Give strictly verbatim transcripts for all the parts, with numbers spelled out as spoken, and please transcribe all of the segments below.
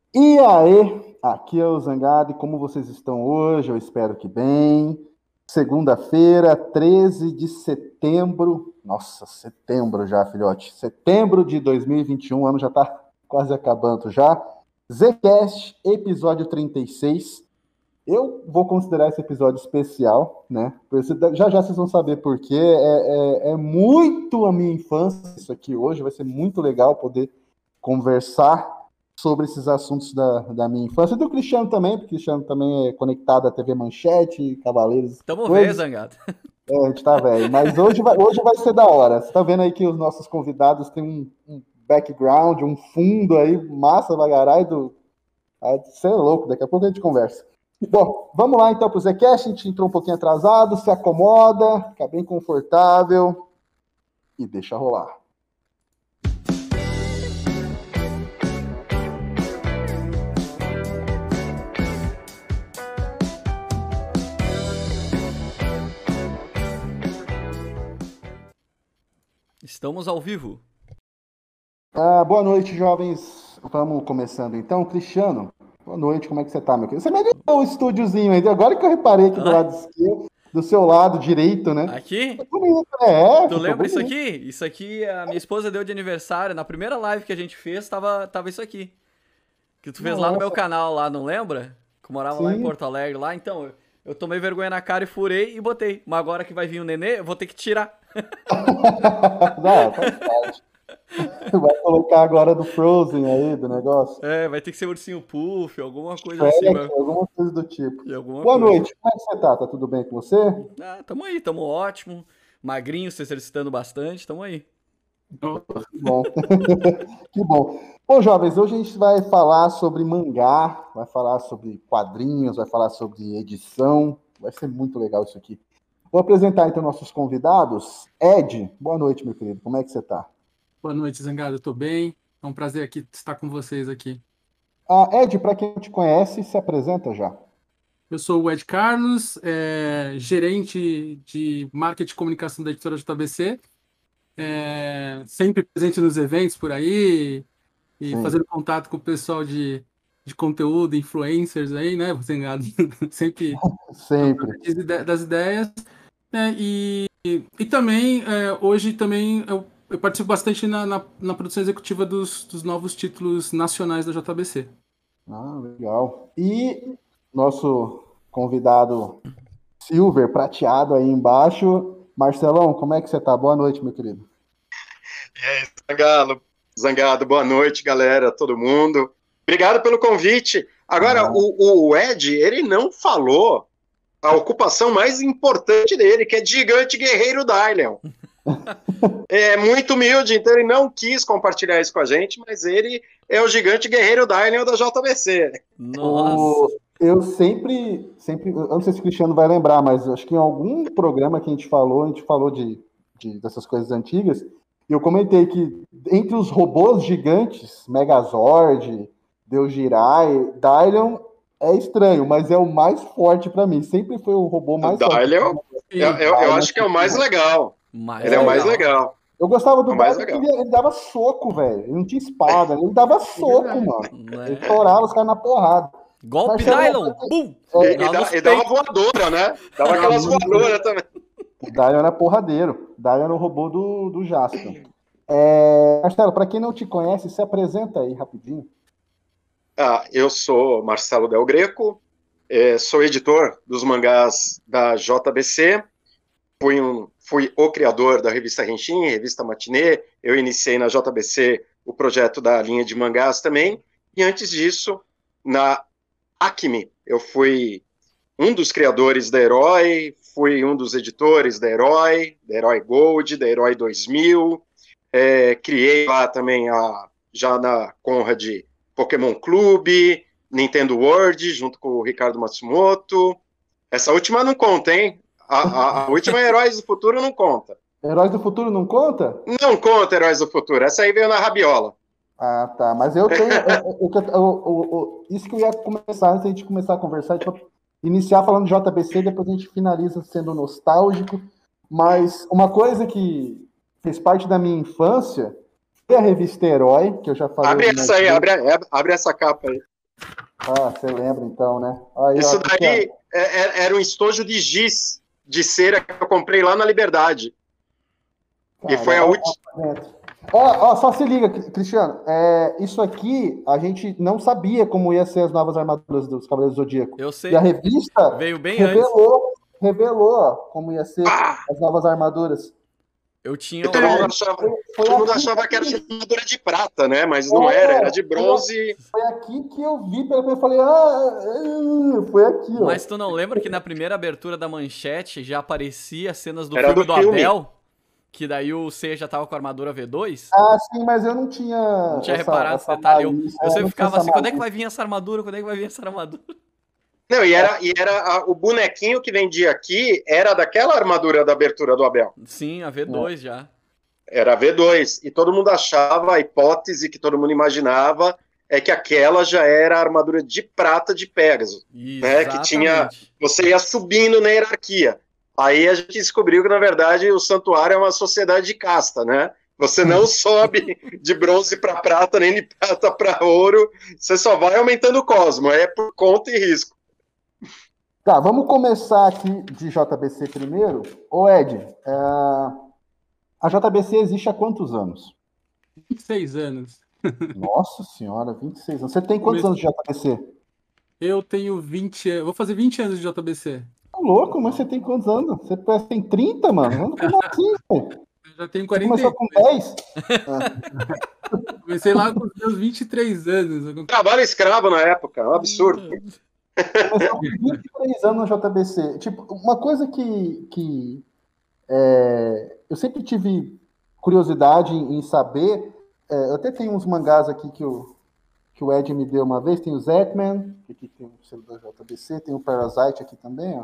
E aí, aqui é o Zangado, e como vocês estão hoje? Eu espero que bem. Segunda-feira, treze de setembro. Nossa, setembro já, filhote. Setembro de dois mil e vinte e um, o ano já tá quase acabando já. Zcast, episódio trinta e seis. Eu vou considerar esse episódio especial, né? Já já vocês vão saber por quê. É, é, é muito a minha infância isso aqui hoje. Vai ser muito legal poder conversar sobre esses assuntos da, da minha infância. E do Cristiano também, porque o Cristiano também é conectado à T V Manchete, Cavaleiros, essas Tamo velho, coisas. Zangado. É, a gente tá velho. Mas hoje vai, hoje vai ser da hora. Você tá vendo aí que os nossos convidados têm um, um background, um fundo aí, massa bagarai do. Você é louco, daqui a pouco a gente conversa. Bom, vamos lá então para o Zcast. A gente entrou um pouquinho atrasado, se acomoda, fica bem confortável e deixa rolar. Estamos ao vivo. Ah, boa noite, jovens. Vamos começando então. Cristiano, boa noite, como é que você tá, meu querido? Você me ajudou o estúdiozinho aí, agora que eu reparei aqui do Ah, lado esquerdo, do seu lado direito, né? aqui? Ficou bonito, né? É, Tu ficou lembra isso bonito. aqui? Isso aqui, a minha esposa deu de aniversário. Na primeira live que a gente fez, tava, tava isso aqui. Que tu fez lá no meu Nossa, canal, lá, não lembra? Que eu morava lá em sim. Porto Alegre, lá. Então, eu, eu tomei vergonha na cara e furei e botei. Mas agora que vai vir o nenê, eu vou ter que tirar. Não, faz parte. Vai colocar agora do Frozen aí, do negócio. É, vai ter que ser ursinho puff, alguma coisa assim, Shrek, vai. alguma coisa do tipo. E alguma Boa coisa. noite, como é que você tá? Tá tudo bem com você? Ah, tamo aí, tamo ótimo. Magrinho, se exercitando bastante, tamo aí. Opa. Que bom. Que bom. Bom, jovens, hoje a gente vai falar sobre mangá, vai falar sobre quadrinhos, vai falar sobre edição. Vai ser muito legal isso aqui. Vou apresentar então nossos convidados. Ed, boa noite, meu querido. Como é que você tá? Boa noite, Zangado. Eu tô bem. É um prazer aqui estar com vocês aqui. Ah, Ed, para quem não te conhece, se apresenta já. Eu sou o Ed Carlos, é, gerente de marketing e comunicação da editora J B C, é, sempre presente nos eventos por aí e Sim, fazendo contato com o pessoal de, de conteúdo, influencers aí, né, Zangado? Sempre sempre. das ideias. Né? E, e também, é, hoje também eu, eu participo bastante na, na, na produção executiva dos, dos novos títulos nacionais da J B C. Ah, legal. E nosso convidado Silver, prateado aí embaixo. Marcelão, como é que você tá? Boa noite, meu querido. E aí, Zangado, Zangado, boa noite, galera, todo mundo. Obrigado pelo convite. Agora, Ah, o, o Ed, ele não falou a ocupação mais importante dele, que é de gigante guerreiro Dylion. É muito humilde, então ele não quis compartilhar isso com a gente, mas ele é o gigante guerreiro Dylion da J B C. Nossa. o, eu sempre, sempre, eu não sei se o Cristiano vai lembrar, mas acho que em algum programa que a gente falou, a gente falou de, de dessas coisas antigas, e eu comentei que entre os robôs gigantes, Megazord, Deus Jirai, Dylion é estranho, mas é o mais forte para mim. Sempre foi o robô O mais forte. Dylion, eu, eu, eu acho que é o mais legal. Mais Ele é o mais legal. legal. Eu gostava É do o mais Dylion porque legal. ele, ele dava soco, velho. Ele não tinha espada, ele dava soco, mano. Ele Né? torava os caras na porrada. Golpe Marcelo, Nylon! Bum! E, e, Lá dá, nos e dá uma peitos. voadora, né? Dava aquelas voadoras também. O Dylion era porradeiro. O Dylion era o robô do, do Jasper. É, Marcelo, para quem não te conhece, se apresenta aí rapidinho. Ah, eu sou Marcelo Del Greco, eh, sou editor dos mangás da J B C, fui, um, fui o criador da revista Henshin, revista Matinê, eu iniciei na J B C o projeto da linha de mangás também, e antes disso, na Acme, eu fui um dos criadores da Herói, fui um dos editores da Herói, da Herói Gold, da Herói dois mil, eh, criei lá também, a, já na Conrad, Pokémon Clube, Nintendo World, junto com o Ricardo Matsumoto. Essa última não conta, hein? A, a, a última Heróis do Futuro não conta. Heróis do Futuro não conta? Não conta Heróis do Futuro. Essa aí veio na rabiola. Ah, tá. Mas eu tenho. eu, eu, eu, isso que eu ia começar, antes de a gente começar a conversar, a gente vai iniciar falando de J B C, depois a gente finaliza sendo nostálgico. Mas uma coisa que fez parte da minha infância foi a revista Herói, que eu já falei. Abre essa aí, abre, abre essa capa aí. Ah, você lembra então, né? Aí, Isso ó, daí é, é, era um estojo de giz de cera que eu comprei lá na Liberdade. cara, e foi a ó, última. Ó, ó, só se liga, Cristiano. É, isso aqui a gente não sabia como ia ser as novas armaduras dos Cavaleiros do Zodíaco. Eu sei. E a revista Veio bem antes. revelou, revelou ó, como ia ser Ah! as novas armaduras. Eu tinha E todo mundo um... achava, Foi, foi todo mundo aqui achava que era que- armadura de prata, né? Mas não É, era, era de foi bronze. Foi aqui que eu vi pela primeira vez. Falei, ah, ah, foi aqui, ó. Mas tu não lembra que na primeira abertura da manchete já aparecia cenas do Era filme do do filme. Abel? Que daí o C já tava com a armadura V dois? Ah, sim, mas eu não tinha. Não tinha essa, reparado essa esse detalhe. Eu, malícia, eu é, sempre não tinha ficava essa assim, quando é que malícia. vai vir essa armadura? Quando é que vai vir essa armadura? Não, e era, e era a- o bonequinho que vendia aqui era daquela armadura da abertura do Abel. Sim, a V dois já. Era a V dois. E todo mundo achava, a hipótese que todo mundo imaginava é que aquela já era a armadura de prata de Pégaso. Né, que tinha, Exatamente. você ia subindo na hierarquia. Aí a gente descobriu que, na verdade, o santuário é uma sociedade de casta, né? Você não sobe de bronze para prata, nem de prata para ouro, você só vai aumentando o cosmo, é por conta e risco. Tá, vamos começar aqui de J B C primeiro. Ô, Ed, é, a J B C existe há quantos anos? vinte e seis anos. Nossa senhora, vinte e seis anos. Você tem quantos Comece- anos de J B C? Eu tenho vinte, an- vou fazer vinte anos de J B C. Tá louco, mas você tem quantos anos? Você parece que tem trinta, mano? Como assim, pô? Eu já tenho Você quarenta. começou com dez? Comecei lá com os meus vinte e três anos. Trabalho escravo na época, é um absurdo. Começou com vinte e três anos no J B C. Tipo, uma coisa que, que é, eu sempre tive curiosidade em, em saber, é, eu até tenho uns mangás aqui que o, que o Ed me deu uma vez, tem o Zetman, que aqui tem o selo da J B C, tem o Parasite aqui também, ó.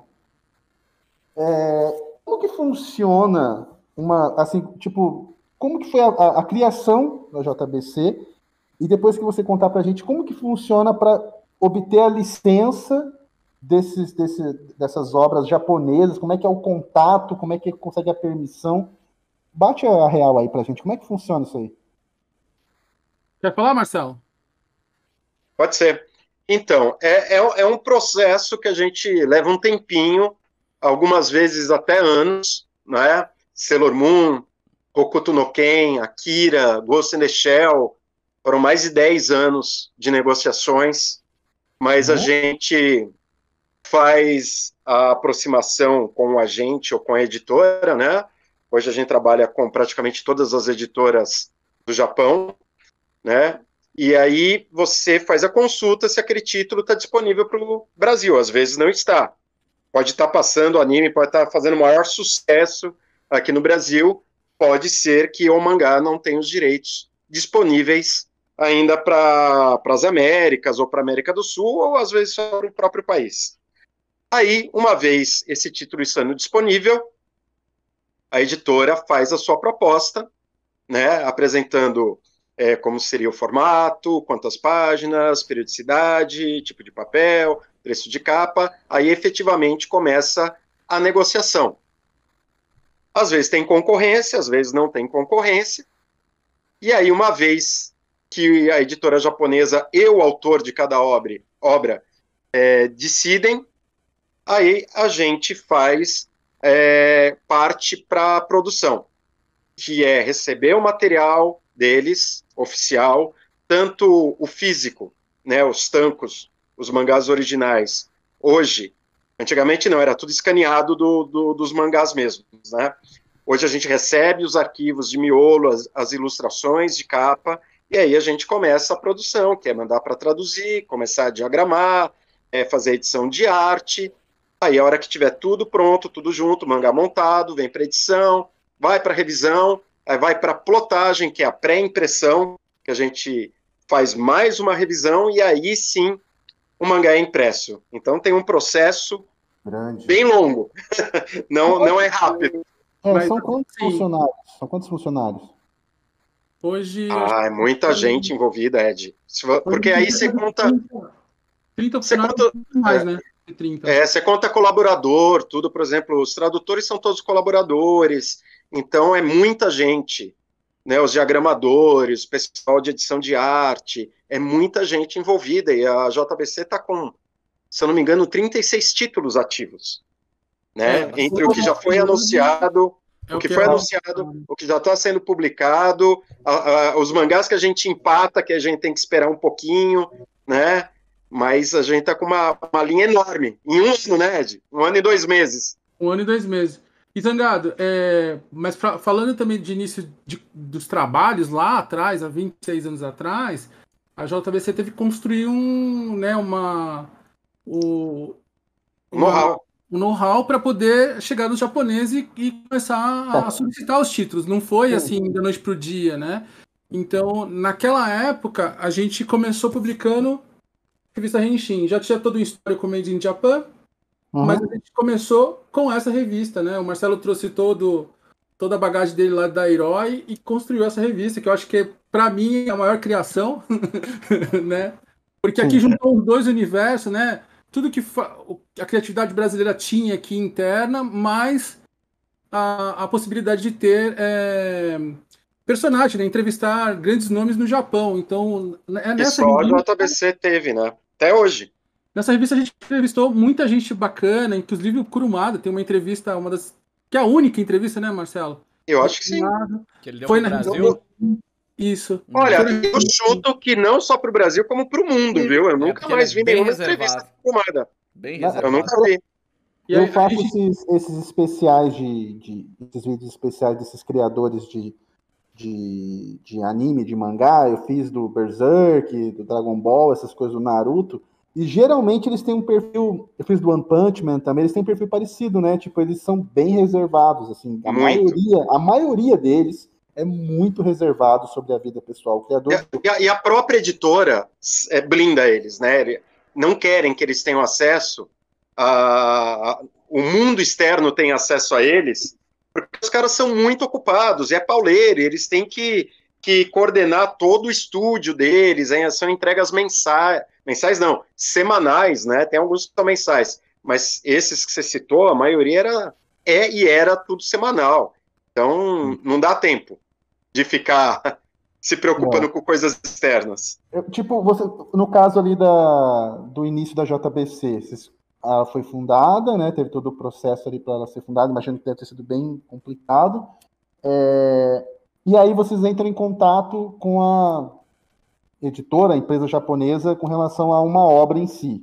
É, como que funciona uma, assim, tipo, como que foi a, a, a criação da J B C e depois que você contar pra gente como que funciona para obter a licença desses, desse, dessas obras japonesas, como é que é o contato, como é que consegue a permissão. Bate a real aí pra gente, como é que funciona isso aí? Quer falar, Marcelo? Pode ser. Então, é, é, é um processo que a gente leva um tempinho, algumas vezes até anos, né? Sailor Moon, Hokuto no Ken, Akira, Ghost in the Shell, foram mais de dez anos de negociações, mas Uhum. a gente faz a aproximação com o agente ou com a editora, né? Hoje a gente trabalha com praticamente todas as editoras do Japão, né? E aí você faz a consulta se aquele título está disponível para o Brasil. Às vezes não está. Pode estar passando o anime, pode estar fazendo o maior sucesso aqui no Brasil. Pode ser que o mangá não tenha os direitos disponíveis ainda para as Américas ou para a América do Sul, ou às vezes só para o próprio país. Aí, uma vez esse título estando disponível, a editora faz a sua proposta, né, apresentando é, como seria o formato, quantas páginas, periodicidade, tipo de papel, preço de capa, aí efetivamente começa a negociação. Às vezes tem concorrência, às vezes não tem concorrência, e aí uma vez que a editora japonesa e o autor de cada obra, obra é, decidem, aí a gente faz é, parte para a produção, que é receber o material deles, oficial, tanto o físico, né, os tankos, os mangás originais, hoje, antigamente não, era tudo escaneado do, do, dos mangás mesmos, né? Hoje a gente recebe os arquivos de miolo, as, as ilustrações de capa, e aí a gente começa a produção, que é mandar para traduzir, começar a diagramar, é, fazer edição de arte, aí a hora que tiver tudo pronto, tudo junto, mangá montado, vem para edição, vai para revisão, aí vai para plotagem, que é a pré-impressão, que a gente faz mais uma revisão, e aí sim o mangá é impresso. Então tem um processo Grande. bem longo, não, não é rápido. É, Mas, são quantos assim, funcionários? São quantos funcionários? Hoje. Ah, é muita gente envolvida, Ed. Porque aí você conta... trinta Você funcionários conta mais, é, né? trinta. É, você conta colaborador, tudo, por exemplo, os tradutores são todos colaboradores, então é muita gente, né? Os diagramadores, o pessoal de edição de arte, é muita gente envolvida, e a J B C está com, se eu não me engano, trinta e seis títulos ativos, né? É, Entre o que já foi anunciado, É o que foi é- anunciado, o que já está sendo publicado, a, a, os mangás que a gente empata, que a gente tem que esperar um pouquinho, né? Mas a gente está com uma, uma linha enorme, em um ano, né, Ed? Um ano e dois meses. Um ano e dois meses. E Zangado, é, mas pra- falando também de início de- dos trabalhos lá atrás, há vinte e seis anos atrás, a J B C teve que construir um, né, uma, o, uma- Know-how. um know-how para poder chegar nos japoneses e, e começar a solicitar os títulos. Não foi assim da noite pro dia, né? Então, naquela época, a gente começou publicando revista Henshin. Já tinha todo o histórico Made in Japan, Uhum. mas a gente começou com essa revista, né? O Marcelo trouxe todo, toda a bagagem dele lá da Herói e construiu essa revista, que eu acho que, para mim, é a maior criação, né? Porque aqui Sim. juntou os dois universos, né? Tudo que fa- o- a criatividade brasileira tinha aqui interna, mais a, a possibilidade de ter é, personagem, né? Entrevistar grandes nomes no Japão. Então, é Que nessa só a revista, J B C teve, né? Até hoje. nessa revista a gente entrevistou muita gente bacana, inclusive o Kurumada tem uma entrevista, uma das que é a única entrevista, né, Marcelo? Eu acho que sim. Que ele deu Foi pro na Brasil. Isso. Olha, Foi na- eu chuto que não só para o Brasil, como para o mundo, viu? Eu nunca porque ele mais é vi bem nenhuma reservado. entrevista filmada. Bem Mas- Eu reservado. nunca vi. E aí, Eu faço a gente- esses, esses especiais de, de. Esses vídeos especiais desses criadores de, de, de anime, de mangá. Eu fiz do Berserk, do Dragon Ball, essas coisas do Naruto. E geralmente eles têm um perfil. Eu fiz do One Punch Man também, eles têm um perfil parecido, né? Tipo, eles são bem reservados, assim. A Muito. maioria, a maioria deles é muito reservado sobre a vida pessoal. O criador. E a, e a própria editora é, blinda eles, né? Ele- Não querem que eles tenham acesso a, a- o mundo externo tem acesso a eles, porque os caras são muito ocupados, é pauleiro, e eles têm que, que coordenar todo o estúdio deles, hein? São entregas mensais, mensais não, semanais, né? Tem alguns que são mensais, mas esses que você citou, a maioria era, é e era tudo semanal. Então, não dá tempo de ficar se preocupando É. com coisas externas. Eu, tipo, você, no caso ali da, do início da J B C, vocês- ela foi fundada, né? Teve todo o processo ali para ela ser fundada. Imagino que deve ter sido bem complicado. É, e aí vocês entram em contato com a editora, a empresa japonesa, com relação a uma obra em si.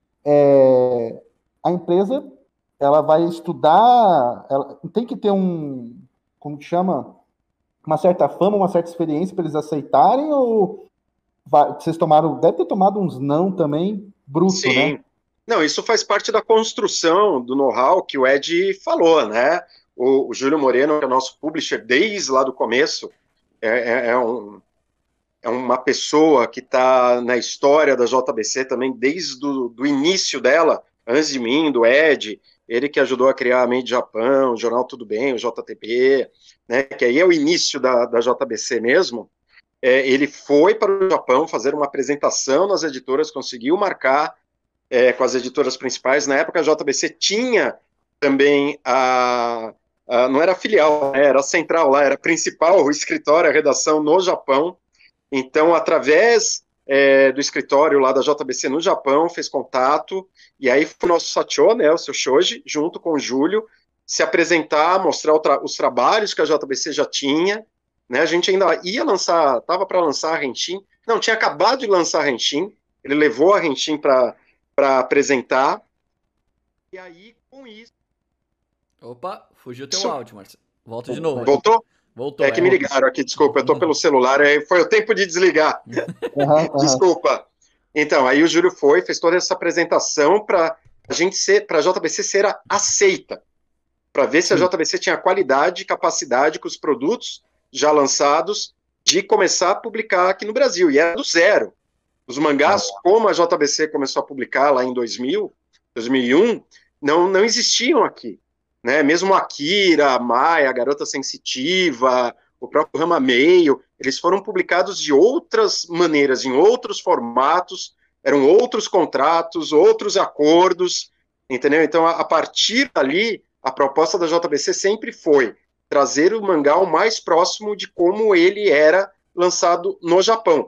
É, a empresa, ela vai estudar, ela tem que ter um, como que chama? Uma certa fama, uma certa experiência para eles aceitarem, ou vai- vocês tomaram, deve ter tomado uns não também, bruto, Sim. né? Não, isso faz parte da construção do know-how que o Ed falou, né? O, o Júlio Moreno, que é o nosso publisher desde lá do começo, é, é- é um- é uma pessoa que está na história da J B C também desde o do início dela, antes de mim, do Ed, ele que ajudou a criar a Made Japão, o Jornal Tudo Bem, o J T B, né? Que aí é o início da, da J B C mesmo. É, ele foi para o Japão fazer uma apresentação nas editoras, conseguiu marcar é, com as editoras principais. Na época, a J B C tinha também a, a não era filial, né, era a central lá, era a principal, o escritório, a redação no Japão. Então, através é, do escritório lá da J B C no Japão, fez contato, e aí foi o nosso Satyo, né, o seu Shoji, junto com o Júlio, se apresentar, mostrar o tra- os trabalhos que a J B C já tinha, né, a gente ainda ia lançar, estava para lançar a Henshin, não, tinha acabado de lançar a Henshin, ele levou a Henshin para para apresentar, e aí, com isso... Opa, fugiu teu Isso- áudio, Marcelo. Volta de novo. aí. Voltou? Voltou. É que me ligaram aqui, desculpa, eu tô pelo celular, aí foi o tempo de desligar. Aham, aham. Desculpa. Então, aí o Júlio foi, fez toda essa apresentação para a gente ser, para a J B C ser a- aceita, para ver se a J B C tinha qualidade e capacidade com os produtos já lançados de começar a publicar aqui no Brasil, e era do zero. Os mangás, como a J B C começou a publicar lá em dois mil, dois mil e um, não, não existiam aqui, né? Mesmo Akira, a Mai, a Garota Sensitiva, o próprio Rama Meio, eles foram publicados de outras maneiras, em outros formatos, eram outros contratos, outros acordos, entendeu? Então, a, a partir dali, a proposta da J B C sempre foi trazer o mangá o mais próximo de como ele era lançado no Japão.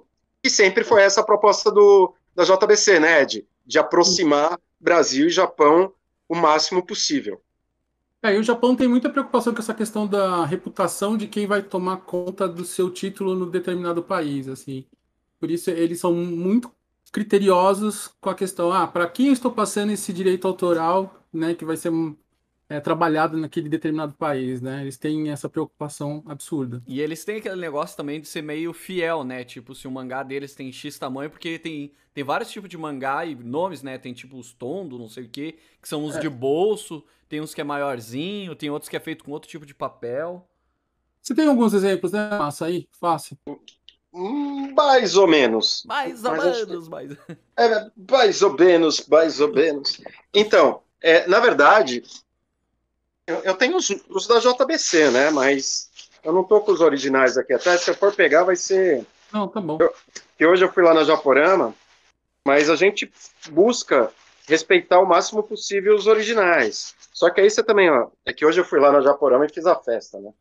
que sempre foi essa a proposta do, da J B C, né, Ed? De aproximar Brasil e Japão o máximo possível. É, e o Japão tem muita preocupação com essa questão da reputação de quem vai tomar conta do seu título no determinado país, assim. Por isso eles são muito criteriosos com a questão, ah, para quem eu estou passando esse direito autoral, né, que vai ser é, trabalhado naquele determinado país, né? Eles têm essa preocupação absurda. E eles têm aquele negócio também de ser meio fiel, né? Tipo, se o mangá deles tem X tamanho, porque tem, tem vários tipos de mangá e nomes, né? Tem tipo os tondo, não sei o quê, que são os É. de bolso, tem uns que é maiorzinho, tem outros que é feito com outro tipo de papel. Você tem alguns exemplos, né, Massa, aí? Fácil. Hum, Mais ou menos. Mais ou Mas acho que- menos, mais... É, mais ou menos, mais ou menos. Então, é, na verdade, eu, eu tenho os, os da J B C, né? Mas eu não tô com os originais aqui atrás. Se eu for pegar, vai ser. Não, tá bom. Que hoje eu fui lá na Japorama, mas a gente busca respeitar o máximo possível os originais. Só que aí você também, ó. É que hoje eu fui lá na Japorama e fiz a festa, né?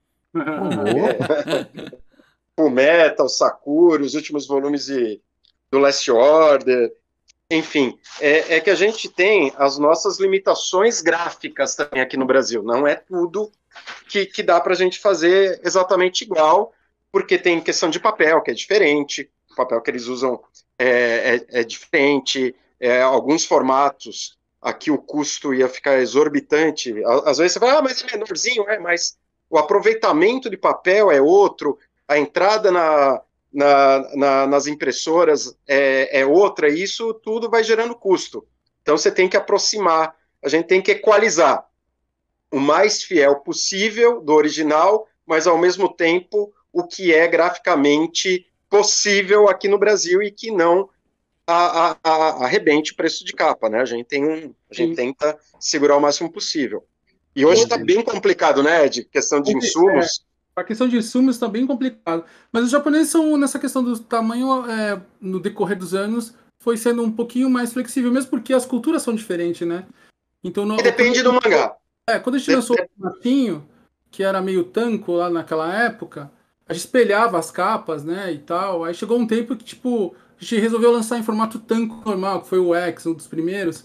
Full Metal, Sakura, os últimos volumes de, do Last Order, enfim, é, é que a gente tem as nossas limitações gráficas também aqui no Brasil, não é tudo que, que dá para a gente fazer exatamente igual, porque tem questão de papel, que é diferente, o papel que eles usam é, é, é diferente, é, alguns formatos, aqui o custo ia ficar exorbitante, às vezes você fala, ah, mas é menorzinho, é, mas o aproveitamento de papel é outro, a entrada na, na, na, nas impressoras é, é outra, e isso tudo vai gerando custo. Então você tem que aproximar, a gente tem que equalizar o mais fiel possível do original, mas ao mesmo tempo o que é graficamente possível aqui no Brasil e que não a, a, a, arrebente o preço de capa, né? A gente, tem um, a gente tenta segurar o máximo possível. E hoje está bem complicado, né, Ed? Questão de insumos. É, a questão de insumos está bem complicado. Mas os japoneses são, nessa questão do tamanho, é, no decorrer dos anos, foi sendo um pouquinho mais flexível, mesmo porque as culturas são diferentes, né? Então, no, e depende do mangá. É, quando a gente lançou o Martinho, que era meio tanco lá naquela época, a gente espelhava as capas, né, e tal. Aí chegou um tempo que, tipo, a gente resolveu lançar em formato tanco normal, que foi o X, um dos primeiros.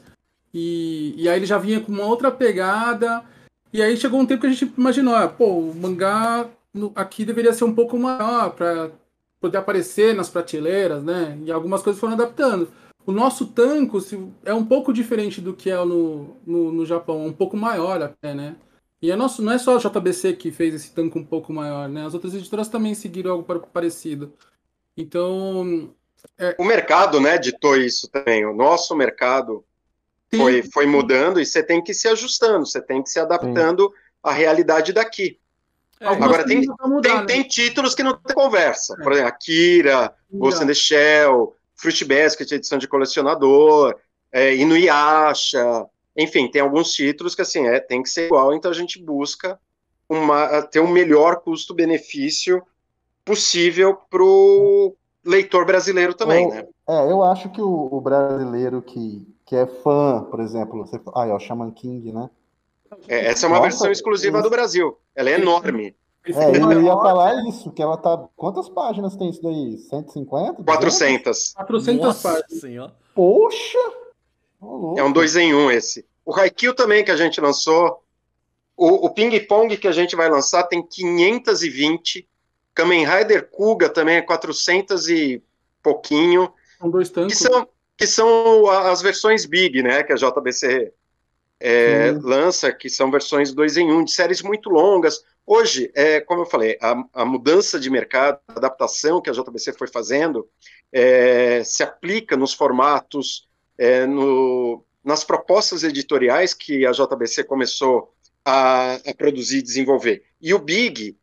E, e aí ele já vinha com uma outra pegada. E aí chegou um tempo que a gente imaginou, ah, pô, o mangá no, aqui deveria ser um pouco maior para poder aparecer nas prateleiras, né? E algumas coisas foram adaptando. O nosso tanco é um pouco diferente do que é no, no, no Japão, um pouco maior até, né? E é nosso, não é só a J B C que fez esse tanco um pouco maior, né? As outras editoras também seguiram algo parecido. Então... É... O mercado, né, ditou isso também. O nosso mercado foi, foi mudando e você tem que ir se ajustando, você tem que ir se adaptando Sim. à realidade daqui. É, Agora, tem, mudar, tem, né? tem títulos que não tem conversa. É. Por exemplo, Akira, Ghost in the Shell, Fruit Basket, edição de colecionador, é, Inuyasha, enfim, tem alguns títulos que assim, é, tem que ser igual, então a gente busca uma, ter um melhor custo-benefício possível para o leitor brasileiro também, eu, né? É, eu acho que o, o brasileiro que, que é fã, por exemplo, você, ah, é o Shaman King, né? É, essa é uma Nossa, versão exclusiva isso. do Brasil, ela é enorme. É, eu ia falar isso, que ela tá... Quantas páginas tem isso daí? cento e cinquenta? quatrocentas. quatrocentas Nossa páginas. Senhora. Poxa! Oh, é um dois em um esse. O Haikyuu também que a gente lançou, o, o Ping Pong que a gente vai lançar tem quinhentos e vinte, Kamen Rider Kuga também é quatrocentos e pouquinho. São dois tanques. Que são, que são as versões Big, né, que a J B C é, lança, que são versões dois em um, de séries muito longas. Hoje, é, como eu falei, a, a mudança de mercado, a adaptação que a J B C foi fazendo, é, se aplica nos formatos, é, no, nas propostas editoriais que a J B C começou a, a produzir e desenvolver. E o Big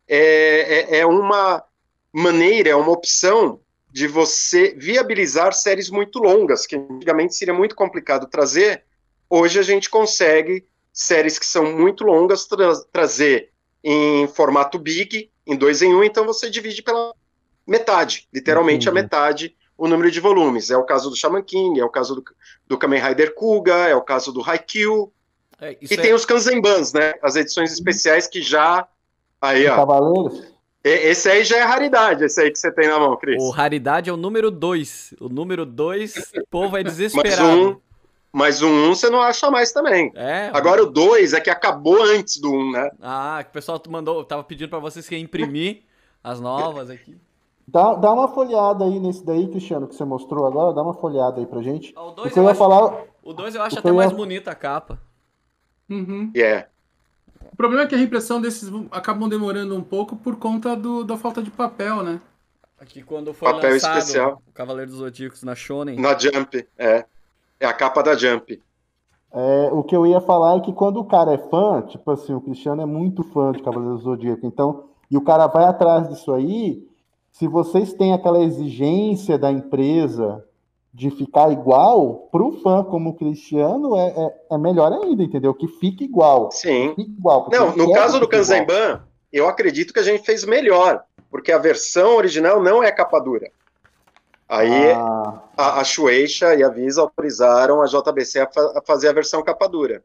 é, é, é uma maneira, é uma opção de você viabilizar séries muito longas, que antigamente seria muito complicado trazer. Hoje a gente consegue séries que são muito longas tra trazer em formato Big, em dois em um, então você divide pela metade, literalmente Entendi. a metade, o número de volumes. É o caso do Shaman King, é o caso do, do Kamen Rider Kuga, é o caso do Haikyuu, é, e é... tem os Kanzenbans, né, as edições especiais que já... Aí, ó. Cavaleiros? Esse aí já é raridade, esse aí que você tem na mão, Cris. O raridade é o número dois. O número dois, o povo é Mas desesperado. um, mas o um você não acha mais também. É. Agora o dois é que acabou antes do um, né? Ah, que o pessoal mandou, tava pedindo pra vocês que ia imprimir as novas aqui. Dá, dá uma folhada aí nesse daí, Cristiano, que você mostrou agora. Dá uma folhada aí pra gente. Ah, o O dois que eu eu ia acho, falar... o dois eu acho o que até eu ia- mais bonita a capa. Uhum. É. O problema é que a reimpressão desses acabam demorando um pouco por conta do, da falta de papel, né? Aqui quando foi Papel lançado especial. o Cavaleiro dos Zodíacos na Shonen. Na Jump, é. É a capa da Jump. É, o que eu ia falar é que quando o cara é fã, tipo assim, o Cristiano é muito fã de Cavaleiros do Zodíaco, então, e o cara vai atrás disso aí, se vocês têm aquela exigência da empresa de ficar igual, pro fã como o Cristiano, é, é, é melhor ainda, entendeu? Que fique igual. Sim. Fique igual. porque Não, ele no quer caso que do fique igual. Kanzenban, eu acredito que a gente fez melhor, porque a versão original não é capa dura. Aí Ah, a, a Shueisha e a Visa autorizaram a J B C a, fa- a fazer a versão capa dura.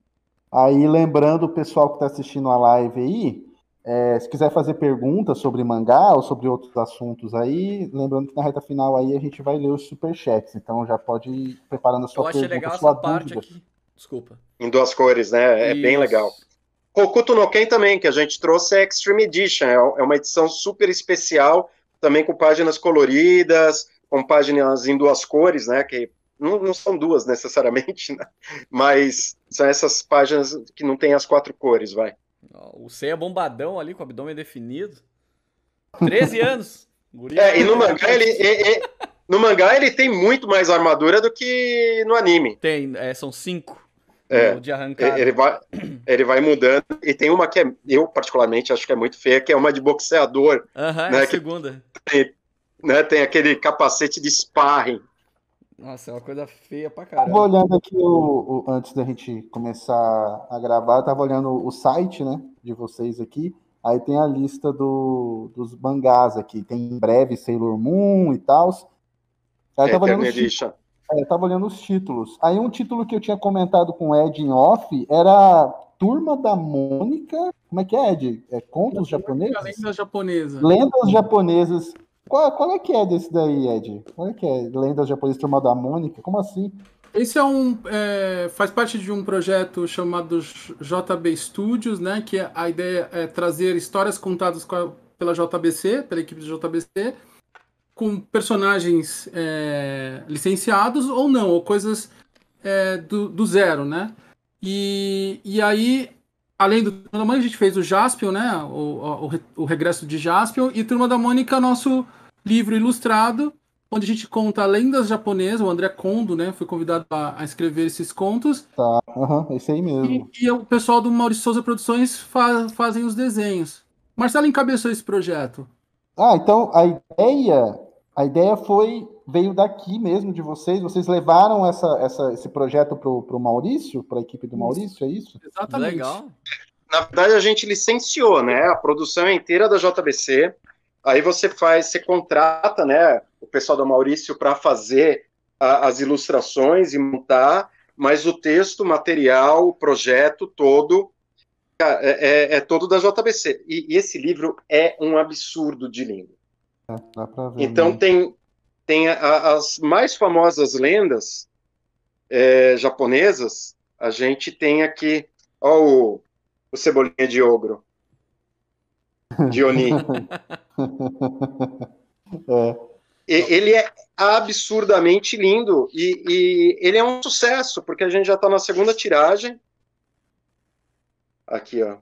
aí, lembrando o pessoal que está assistindo a live aí, é, se quiser fazer perguntas sobre mangá ou sobre outros assuntos aí, lembrando que na reta final aí a gente vai ler os superchats, então já pode ir preparando a Eu sua achei pergunta, legal sua essa parte dúvida. aqui. Desculpa. Em duas cores, né? É bem Isso. legal. Hokuto no Ken também, que a gente trouxe, é Extreme Edition. É é uma edição super especial, também com páginas coloridas, com páginas em duas cores, né? Que não, não são duas necessariamente, né? Mas são essas páginas que não tem as quatro cores, vai. Ó, o Seiya bombadão ali, com o abdômen definido. treze anos. Guri É, e no é- mangá, ele, e- e- no mangá ele tem muito mais armadura do que no anime. Tem, é, são cinco. É, no- de arrancada. Ele vai, ele vai mudando. E tem uma que é, eu particularmente acho que é muito feia, que é uma de boxeador, Aham, é né, a que- segunda. né? Tem aquele capacete de sparring. Nossa, é uma coisa feia pra Tava caramba. olhando aqui, o, o- antes da gente começar a gravar, eu tava olhando o site, né, de vocês aqui, aí tem a lista do, dos mangás aqui, tem em breve Sailor Moon e tal. Aí eu tava olhando Eternal os títulos. Edition. É, eu tava olhando os títulos. Aí um título que eu tinha comentado com o Ed em off era Turma da Mônica. Como é que é, Ed? É Contos Japoneses? Lenda japonesa. Lendas Japonesas. Qual, qual é que é desse daí, Ed? Qual é que é? Lendas Japonesas, Turma da Mônica? Como assim? Esse é um é, faz parte de um projeto chamado J B Studios, né? Que é- a ideia é trazer histórias contadas com a- pela J B C, pela equipe do J B C, com personagens é, licenciados ou não, ou coisas é, do, do zero, né? E, e aí, além do Turma da Mônica, a gente fez o Jaspion, né? O, o, re- o regresso de Jaspion, e Turma da Mônica, nosso livro ilustrado, onde a gente conta lendas japonesas. O André Kondo, né? Foi convidado a, a escrever esses contos. Aham, esse aí mesmo. E, e o pessoal do Maurício Souza Produções fa- fazem os desenhos. Marcelo encabeçou esse projeto. Ah, então a ideia, a ideia foi, veio daqui mesmo de vocês. Vocês levaram essa, essa, esse projeto pro, pro Maurício, para a equipe do Maurício, é isso? Exatamente. Legal. Na verdade, a gente licenciou, né? A produção é inteira da J B C. Aí você faz, você contrata, né? O pessoal do Maurício para fazer a- as ilustrações e montar, mas o texto, o material, o projeto todo cara, é, é- é todo da J B C. E, e esse livro é um absurdo de lindo. Dá para ver. Então né? tem, tem a- as mais famosas lendas é, japonesas. A gente tem aqui, ó, o, o Cebolinha de Ogro, de Oni. É, E- Ele é absurdamente lindo e, e ele é um sucesso, porque a gente já está na segunda tiragem. Aqui, ó.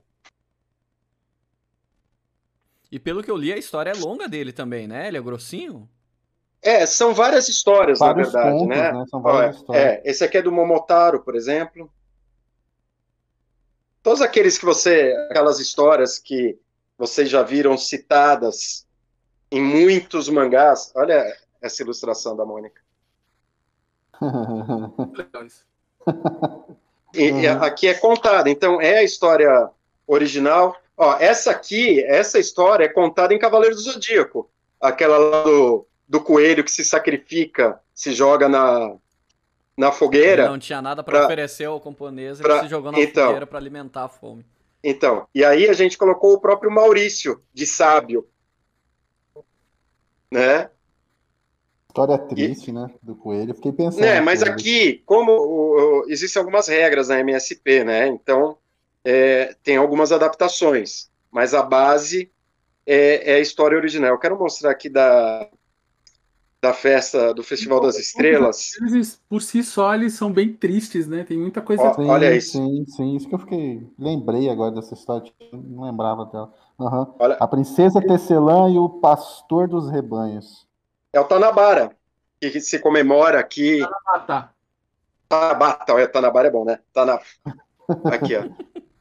E pelo que eu li, a história é longa dele também, né? Ele é grossinho? É, são várias histórias, Vários na verdade, contos, né? né? São Ó, várias histórias. é, esse aqui é do Momotaro, por exemplo. Todos aqueles que você, aquelas histórias que vocês já viram citadas em muitos mangás. Olha essa ilustração da Mônica. Legal isso. E, e Uhum. aqui é contada, então é a história original. Ó, essa aqui, essa história é contada em Cavaleiro do Zodíaco. Aquela lá do, do coelho que se sacrifica, se joga na, na Ele fogueira. não tinha nada pra pra- oferecer ao camponês, ele pra- se jogou na então. fogueira pra alimentar a fome. Então, e aí a gente colocou o próprio Maurício de sábio, né? História triste, e, né, do coelho. Fiquei pensando. Né, mas aqui, como o, o, existem algumas regras na M S P, né? Então, é, tem algumas adaptações, mas a base é, é a história original. Eu quero mostrar aqui da, da festa do Festival das Estrelas. Eles, por si só, eles são bem tristes, né? Tem muita coisa... Ó, sim, olha isso. Sim, sim, isso que eu fiquei... Lembrei agora dessa história, não lembrava dela. Uhum. Olha. A princesa Tecelã e o pastor dos rebanhos. É o Tanabara, que se comemora aqui... Tanabata. Tanabata, olha, Tanabara é bom, né? Tana... Aqui, ó.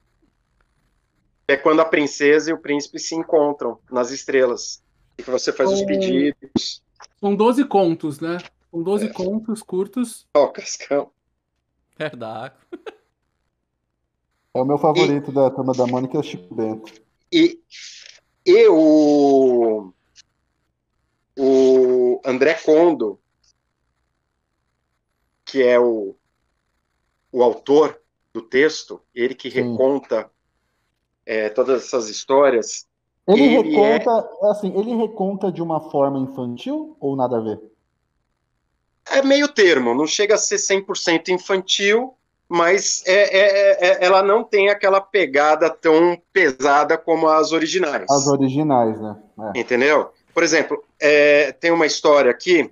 É quando a princesa e o príncipe se encontram nas estrelas. E que você faz os pedidos. São doze contos, né? São doze é. contos curtos. Ó, oh, Cascão. Verdade. É o meu favorito e, da Turma da Mônica, é o Chico Bento. E, e o, o André Condo, que é o, o autor do texto, ele que Sim. reconta é, todas essas histórias. Ele, ele reconta, é... assim, ele reconta de uma forma infantil ou nada a ver? É meio termo, não chega a ser cem por cento infantil, mas é, é, é, ela não tem aquela pegada tão pesada como as originais. As originais, né? É. Entendeu? Por exemplo, é, tem uma história aqui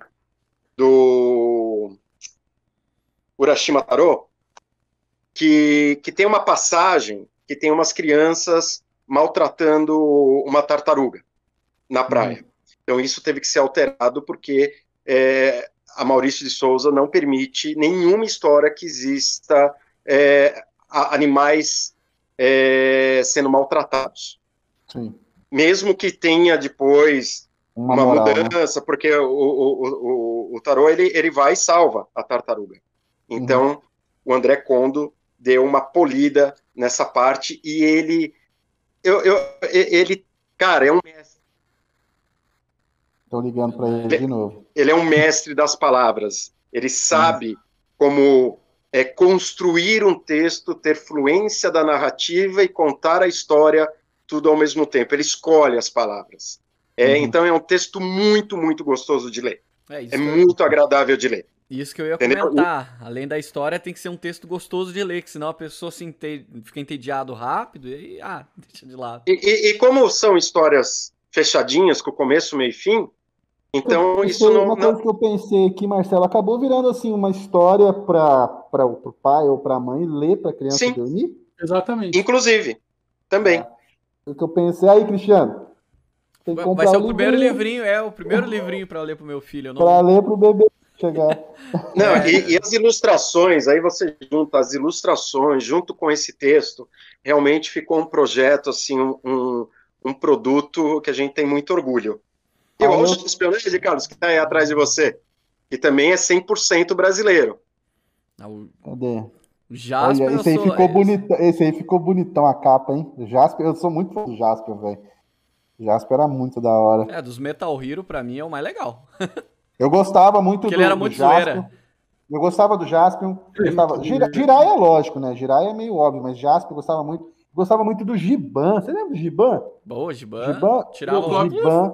do Urashima Taro, que, que tem uma passagem que tem umas crianças maltratando uma tartaruga na praia. Uhum. Então isso teve que ser alterado porque é, a Maurício de Souza não permite nenhuma história que exista é, animais é, sendo maltratados. Sim. Mesmo que tenha depois uma, uma moral, mudança, né? Porque o, o, o, o Tarô ele, ele vai e salva a tartaruga. Então, uhum. o André Condo deu uma polida nessa parte e ele, eu, eu, ele, cara, é um mestre. Estou ligando para ele, ele de novo. Ele é um mestre das palavras. Ele sabe uhum. como é, construir um texto, ter fluência da narrativa e contar a história tudo ao mesmo tempo. Ele escolhe as palavras. É, uhum. Então é um texto muito, muito gostoso de ler. É, é muito eu... agradável de ler. Isso que eu ia Entendeu? comentar. Além da história, tem que ser um texto gostoso de ler, que senão a pessoa se ente... fica entediado rápido e aí, ah, deixa de lado. E, e, e como são histórias fechadinhas, com começo, meio e fim, então eu, isso não... Uma coisa não... que eu pensei aqui, Marcelo, acabou virando assim uma história para o pai ou para a mãe ler para a criança Sim. dormir? Exatamente. Inclusive, também. É. O que eu pensei, aí, Cristiano, tem que vai ser o primeiro livrinho, é o primeiro livrinho para ler pro meu filho. Não... Para ler pro bebê chegar. Não, é. e, e as ilustrações, aí você junta as ilustrações junto com esse texto, realmente ficou um projeto, assim, um, um, um produto que a gente tem muito orgulho. E igual ah, eu... o Espionagem, Carlos, que está aí atrás de você, que também é cem por cento brasileiro. Cadê? Jasper, Olha, esse aí, sou... ficou bonitão, esse aí ficou bonitão a capa, hein? Jasper, eu sou muito fã do Jasper, velho. Jasper era muito da hora. É, dos Metal Hero, pra mim, é o mais legal. Eu gostava muito Porque do, ele era muito do Jasper. zoeira. Eu gostava do Jasper. Gostava... Gira... Jiraiya é lógico, né? Jiraiya é meio óbvio, mas Jasper eu gostava muito. Eu gostava muito do Giban. Você lembra do Giban? Boa, Giban. Giban. Tirava o Giban.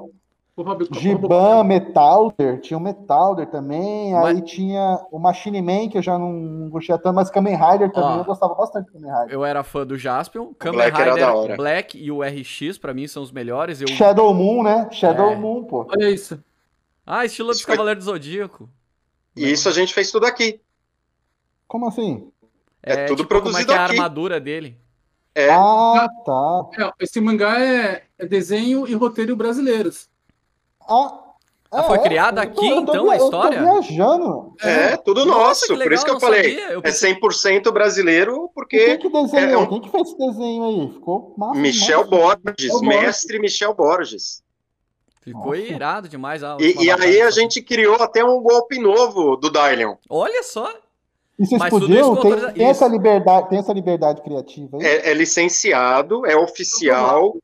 Giban, Metalder, tinha o Metalder também, mas... aí tinha o Machine Man, que eu já não gostei tanto, mas Kamen Rider também, Ó, eu gostava bastante do Kamen Rider. Eu era fã do Jaspion, Kamen Rider Black e o R X, pra mim, são os melhores. Eu... Shadow Moon, né? Shadow é. Moon, pô. Olha isso. Ah, estilo dos foi... Cavaleiros do Zodíaco. E isso a gente fez tudo aqui. Como assim? É, é tudo tipo, produzido como é que é aqui. A armadura dele. É. Ah, tá. É, esse mangá é, é desenho e roteiro brasileiros. Ah, ah, foi é, criada aqui, tô, então, via... a história? Eu tô viajando. É, é tudo Nossa, nosso. legal, por isso que eu falei, eu é cem por cento brasileiro, porque... Quem que desenhou? É um... Quem que fez esse desenho aí? Ficou massa. Michel demais. Borges, Michel mestre Michel Borges. Ficou Nossa. irado demais. A e e aí a gente criou até um golpe novo do Dylion. Olha só. E vocês Mas podiam? tudo isso Tem, contra... tem, essa liberdade, tem essa liberdade criativa aí? É, é licenciado, é oficial.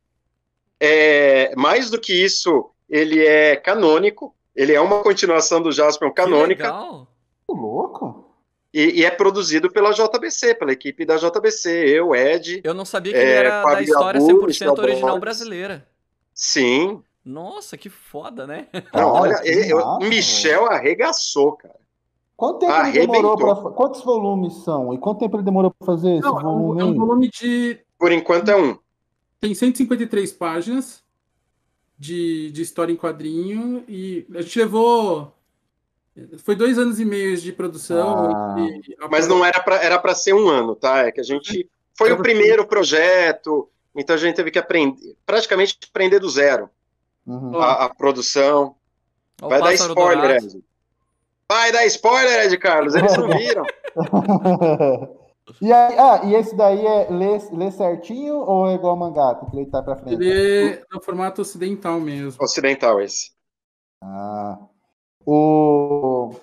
É, mais do que isso, ele é canônico. Ele é uma continuação do Jaspion canônica. Que legal. Que louco. E, e é produzido pela J B C, pela equipe da J B C, eu, Ed. Eu não sabia que é, ele era da Fábio história Abu, cem por Michel cento original Borges. brasileira. Sim. Nossa, que foda, né? Não, Cara, olha, que eu- massa, o Michel arregaçou, cara. Quanto tempo ele demorou Arrebentou. para. Quantos volumes são? E quanto tempo ele demorou para fazer esse Não, é um, volume é um aí? volume de. Por enquanto é um. Tem cento e cinquenta e três páginas de, de história em quadrinho. E a gente levou. Foi dois anos e meio de produção. Ah. E a Mas não era para era para ser um ano, tá? É que a gente foi Era o pra- primeiro projeto, então a gente teve que aprender, praticamente aprender do zero Uhum. Ó, a, a produção. Ó, o Vai dar pássaro spoiler, dourado. Ed. Vai dar spoiler, Ed Carlos. Eles não viram. E aí, ah, e esse daí é ler, ler certinho ou é igual mangá? Tem que ler tá pra frente. ele é no formato ocidental mesmo. Ocidental esse. Ah. O...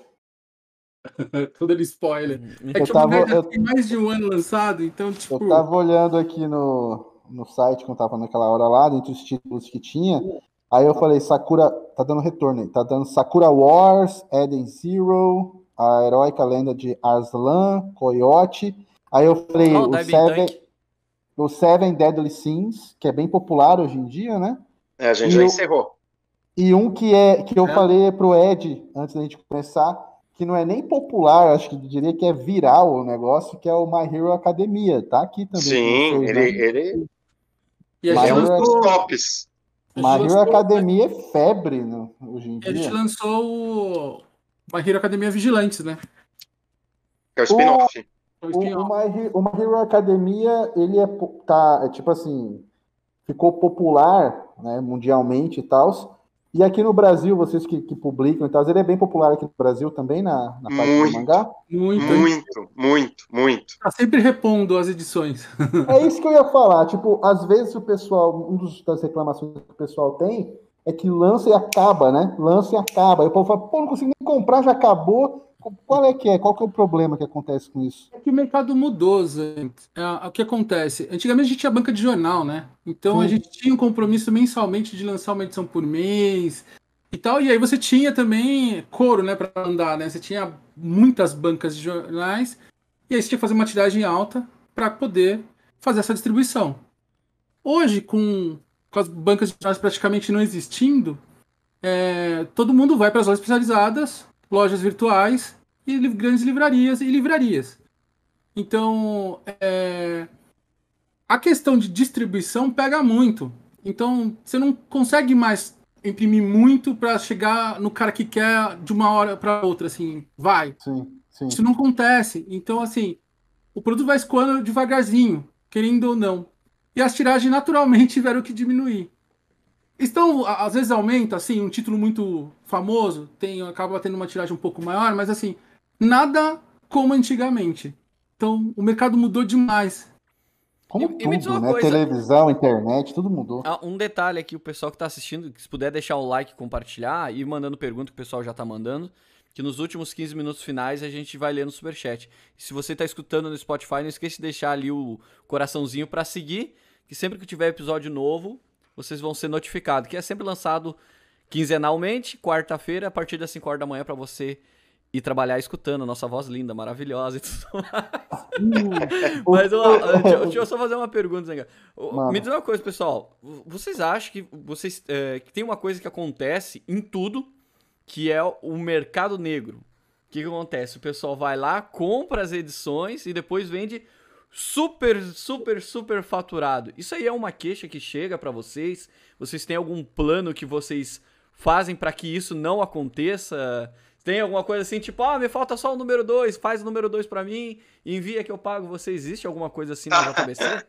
Todo ele spoiler. É Eu que o tava- mangá já eu- tem mais de um ano lançado, então, tipo. Eu tava olhando aqui no, no site, quando tava naquela hora lá, dentre os títulos que tinha. Aí eu falei, Sakura, tá dando retorno aí, tá dando Sakura Wars, Eden Zero, a heróica lenda de Arslan, Coyote. Aí eu falei, Ó, o o, Diving Seven, Tank. o Seven Deadly Sins, que é bem popular hoje em dia, né? É, a gente E já eu- encerrou. E um que é que eu É. falei pro Ed, antes da gente começar, que não é nem popular, acho que eu diria que é viral o negócio, que é o My Hero Academia. Tá aqui também. com Sim, vocês, ele, né? ele E a Mas gente eu- é um dos lançou. tops. a My gente Hero lançou- Academia é febre né, hoje em A gente dia. lançou o My Hero Academia Vigilantes, né? Que é o spin-off. O O, spin-off. o, My Hero, o My Hero Academia, ele é, po- tá, é tipo assim, ficou popular, né, mundialmente e tal. E aqui no Brasil, vocês que, que publicam e tal, ele é bem popular aqui no Brasil também, na, na parte Muito. do mangá. Muito. A gente Muito, muito, muito. tá sempre repondo as edições. É isso que eu ia falar. Tipo, às vezes o pessoal, um dos, das reclamações que o pessoal tem é que lança e acaba, né? Lança e acaba. Aí o povo fala, pô, não consigo nem comprar, já acabou. Qual é que é? Qual que é o problema que acontece com isso? É que o mercado mudou, Zé. É, o que acontece? Antigamente a gente tinha banca de jornal, né? Então a Sim. gente tinha um compromisso mensalmente de lançar uma edição por mês e tal. E aí você tinha também coro, né, para andar, né? Você tinha muitas bancas de jornais e aí você tinha que fazer uma tiragem alta para poder fazer essa distribuição. Hoje, com, com as bancas de jornais praticamente não existindo, é, todo mundo vai para as lojas especializadas, lojas virtuais e li- grandes livrarias e livrarias. Então, é, a questão de distribuição pega muito. Então, você não consegue mais imprimir muito para chegar no cara que quer de uma hora para outra, assim, vai. Sim, sim. Isso não acontece. Então, assim, o produto vai escoando devagarzinho, querendo ou não. E as tiragens naturalmente tiveram que diminuir. Então, a- às vezes aumenta, assim, um título muito famoso, tem, acaba tendo uma tiragem um pouco maior, mas assim, nada como antigamente. Então, o mercado mudou demais. Como E- e me diz tudo, uma né? coisa. Televisão, internet, tudo mudou. Ah, um detalhe aqui, o pessoal que tá assistindo, que se puder deixar o like, compartilhar e ir mandando pergunta que o pessoal já tá mandando, que nos últimos quinze minutos finais a gente vai ler no Superchat. E se você tá escutando no Spotify, não esqueça de deixar ali o coraçãozinho pra seguir, que sempre que tiver episódio novo, vocês vão ser notificados, que é sempre lançado quinzenalmente, quarta-feira, a partir das cinco horas da manhã, pra você ir trabalhar escutando a nossa voz linda, maravilhosa e tudo mais. Mas, ó, deixa, eu- deixa eu só fazer uma pergunta, Zenga. Ô, Manda. Me diz uma coisa, pessoal. Vocês acham que vocês é, que tem uma coisa que acontece em tudo, que é o mercado negro? O que, que acontece? O pessoal vai lá, compra as edições e depois vende super, super, super faturado. Isso aí é uma queixa que chega pra vocês? Vocês têm algum plano que vocês fazem pra que isso não aconteça? Tem alguma coisa assim, tipo, ah, me falta só o número dois, faz o número dois pra mim, envia que eu pago você. Existe alguma coisa assim na J B C?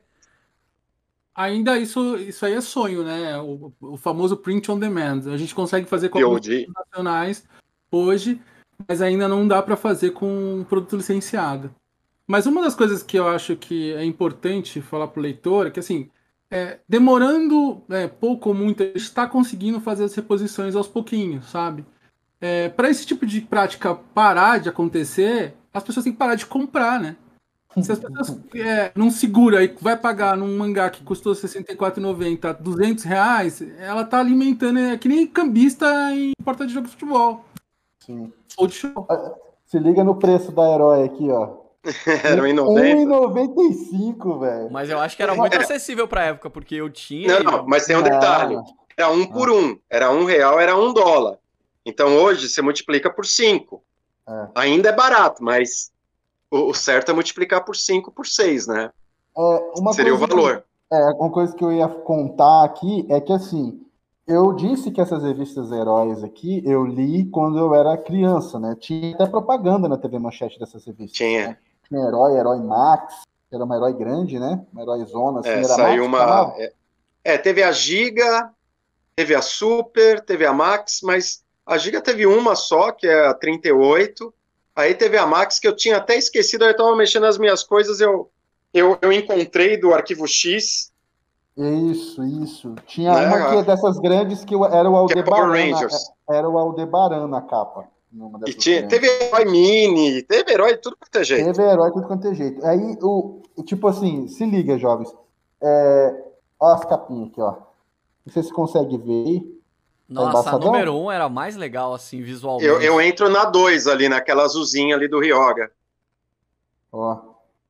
Ainda isso, isso aí é sonho, né? O, o famoso print on demand. A gente consegue fazer com P O alguns D. produtos nacionais hoje, mas ainda não dá para fazer com um produto licenciado. Mas uma das coisas que eu acho que é importante falar para o leitor é que, assim, é, demorando é, pouco ou muito, a gente está conseguindo fazer as reposições aos pouquinhos, sabe? É, para esse tipo de prática parar de acontecer, as pessoas têm que parar de comprar, né? Se as pessoas é, não segura e vai pagar num mangá que custou sessenta e quatro reais e noventa centavos duzentos reais, ela tá alimentando, é que nem cambista em porta de jogo de futebol. Sim. Ou de show. Se liga no preço da Herói aqui, ó. Era um e um noventa. e noventa e cinco, velho. Mas eu acho que era muito acessível pra época, porque eu tinha. Não, e- não, mas tem um Não. detalhe. Era um por um. Era um real, era um dólar. Então hoje você multiplica por cinco. É. Ainda é barato, mas o, o certo é multiplicar por cinco, por seis, né? É, uma Seria o coisa valor. Que, é, uma coisa que eu ia contar aqui é que, assim, eu disse que essas revistas heróis aqui eu li quando eu era criança, né? Tinha até propaganda na T V Manchete dessas revistas. Tinha. Né? Tinha Herói, Herói Max, que era uma herói grande, né? Uma herói zona, assim, É, era saiu Max, uma. chamava? É, é, teve a Giga, teve a Super, teve a Max, mas a Giga teve uma só, que é a trinta e oito. Aí teve a Max, que eu tinha até esquecido, eu estava mexendo nas minhas coisas, eu, eu, eu encontrei do Arquivo X, Isso, isso. Tinha né? uma que é dessas grandes que era o Que é Power Aldebaran, na- Rangers. era o Aldebaran na capa. Numa E dessas tinha, grandes. teve herói mini, teve herói de tudo quanto é jeito. Teve herói tudo quanto é jeito. Aí, o, tipo assim, se liga, jovens. É, ó as capinhas aqui, ó. Não sei se consegue ver aí. Nossa, a embaçadão? número um era mais legal, assim, visualmente. Eu, eu entro na dois ali, naquela azulzinha ali do Ryoga. Ó.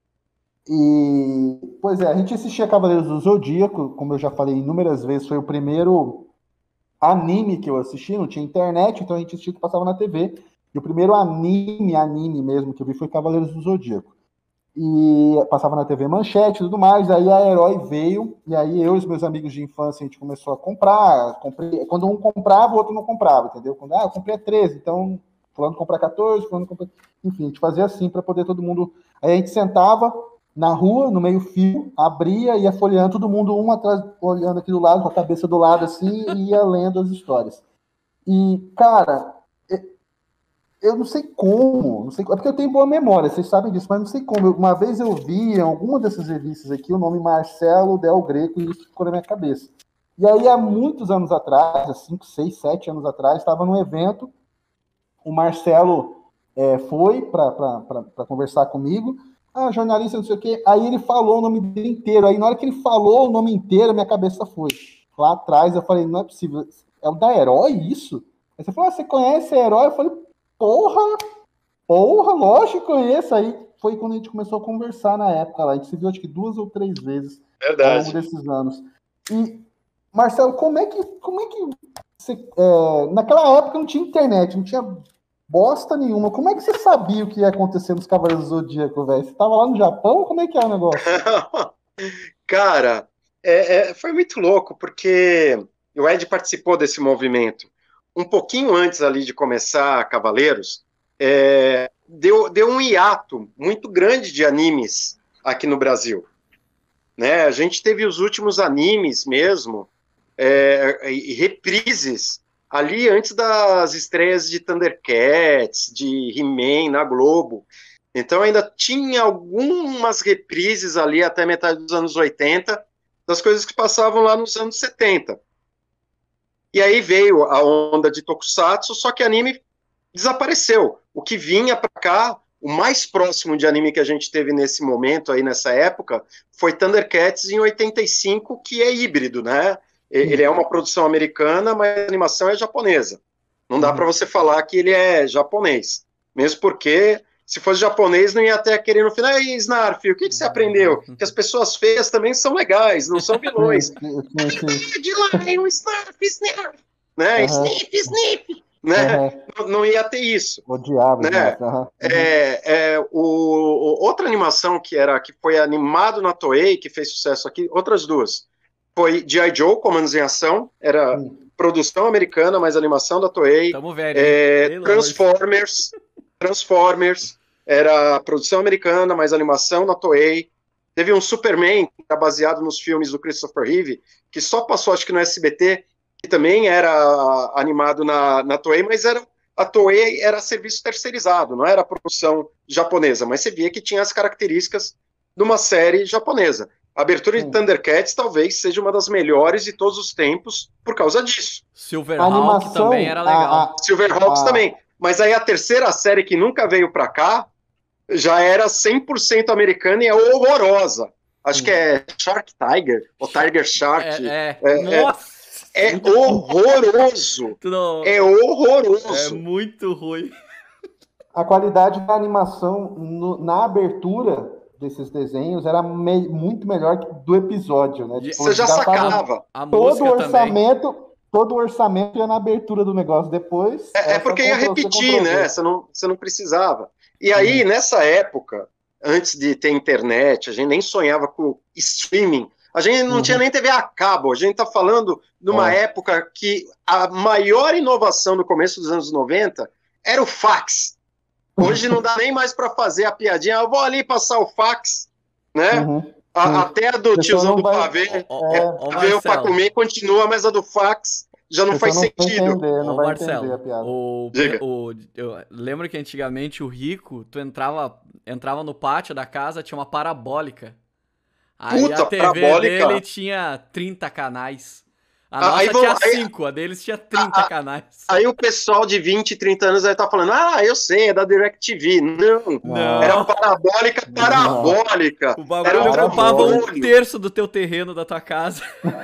E, pois é, a gente assistia Cavaleiros do Zodíaco, como eu já falei inúmeras vezes, foi o primeiro anime que eu assisti, não tinha internet, então a gente assistia que passava na T V. E o primeiro anime, anime mesmo que eu vi foi Cavaleiros do Zodíaco. E passava na T V Manchete e tudo mais, aí a Herói veio, e aí eu e os meus amigos de infância, a gente começou a comprar, comprei, quando um comprava, o outro não comprava, entendeu? Quando, ah, eu comprei a treze, então fulano compra quatorze, fulano compra... Enfim, a gente fazia assim para poder todo mundo... Aí a gente sentava na rua, no meio fio, abria, ia folheando todo mundo um atrás, olhando aqui do lado, com a cabeça do lado assim, e ia lendo as histórias. E, cara, eu não sei como, não sei, é porque eu tenho boa memória, vocês sabem disso, mas não sei como. Uma vez eu vi em alguma dessas revistas aqui o nome Marcelo Del Greco e isso ficou na minha cabeça. E aí, há muitos anos atrás, há cinco, seis, sete anos atrás, estava num evento, o Marcelo é, foi para conversar comigo, ah, jornalista, não sei o quê, aí ele falou o nome dele inteiro, aí na hora que ele falou o nome inteiro, minha cabeça foi. Lá atrás eu falei, não é possível, é o da Herói isso? Aí você falou, ah, você conhece a Herói? Eu falei, porra, porra, lógico que conheço. Aí foi quando a gente começou a conversar na época lá. A gente se viu acho que duas ou três vezes Verdade. ao longo desses anos. E, Marcelo, como é que, como é que você, é, naquela época não tinha internet, não tinha bosta nenhuma. Como é que você sabia o que ia acontecer nos Cavaleiros do Zodíaco, velho? Você tava lá no Japão? Como é que é o negócio? Cara, é, é, foi muito louco, porque o Ed participou desse movimento um pouquinho antes ali de começar Cavaleiros, é, deu, deu um hiato muito grande de animes aqui no Brasil. Né? A gente teve os últimos animes mesmo, é, e reprises ali antes das estreias de Thundercats, de He-Man na Globo. Então ainda tinha algumas reprises ali até metade dos anos oitenta, das coisas que passavam lá nos anos setenta. E aí veio a onda de Tokusatsu, só que anime desapareceu. O que vinha para cá, o mais próximo de anime que a gente teve nesse momento, aí nessa época, foi Thundercats em oitenta e cinco, que é híbrido, né? Ele é uma produção americana, mas a animação é japonesa. Não dá para você falar que ele é japonês. Mesmo porque, se fosse japonês, não ia até querer no final, e Snarf, o que, que você aprendeu? Que as pessoas feias também são legais, não são vilões. De lá, é um Snarf, Snarf, né? Uhum. Snip, Snip, né? Uhum. Não, não ia ter isso. O diabo, né? né? Uhum. É, é, o, o, outra animação que, era, que foi animado na Toei, que fez sucesso aqui, outras duas, foi G I. Joe, Comandos em Ação, era hum. produção americana, mas animação da Toei. Tamo velho, é, Transformers, Transformers, era produção americana, mas animação na Toei. Teve um Superman, que era baseado nos filmes do Christopher Reeve, que só passou, acho que no S B T, que também era animado na, na Toei, mas era, a Toei era serviço terceirizado, não era produção japonesa, mas você via que tinha as características de uma série japonesa. A abertura Sim. de Thundercats talvez seja uma das melhores de todos os tempos por causa disso. Silverhawk também era legal. A, a, Silverhawks a... também. Mas aí a terceira série que nunca veio pra cá já era cem por cento americana e é horrorosa. Acho hum. que é Shark Tiger, ou Tiger Shark. É, é. é Nossa! É, é horroroso. Não. É horroroso. É muito ruim. A qualidade da animação no, na abertura desses desenhos era me, muito melhor que do episódio, né? Tipo, você já sacava. A todo o orçamento, também. todo o orçamento ia na abertura do negócio. Depois. É, é porque ia repetir, né? Você não, você não precisava. E aí, hum. nessa época, antes de ter internet, a gente nem sonhava com streaming. A gente não uhum. tinha nem T V a cabo. A gente está falando de uma é. época que a maior inovação do começo dos anos noventa era o fax. Hoje não dá nem mais para fazer a piadinha. Eu vou ali passar o fax, né? Uhum. A, até a do tiozão do vai... pavê, é, é, para comer continua, mas a do fax já não faz não sentido. Entender, não Ô, vai Marcelo, entender a piada. O, o, eu lembro que antigamente o rico, tu entrava, entrava no pátio da casa, tinha uma parabólica. Aí Puta, a T V parabólica. dele tinha trinta canais. A nossa aí, tinha cinco, a deles tinha trinta a, canais. Aí o pessoal de vinte, trinta anos aí tá falando, ah, eu sei, é da DirecTV. Não, não. Era parabólica, parabólica. O bagulho era ocupava um terço do teu terreno da tua casa.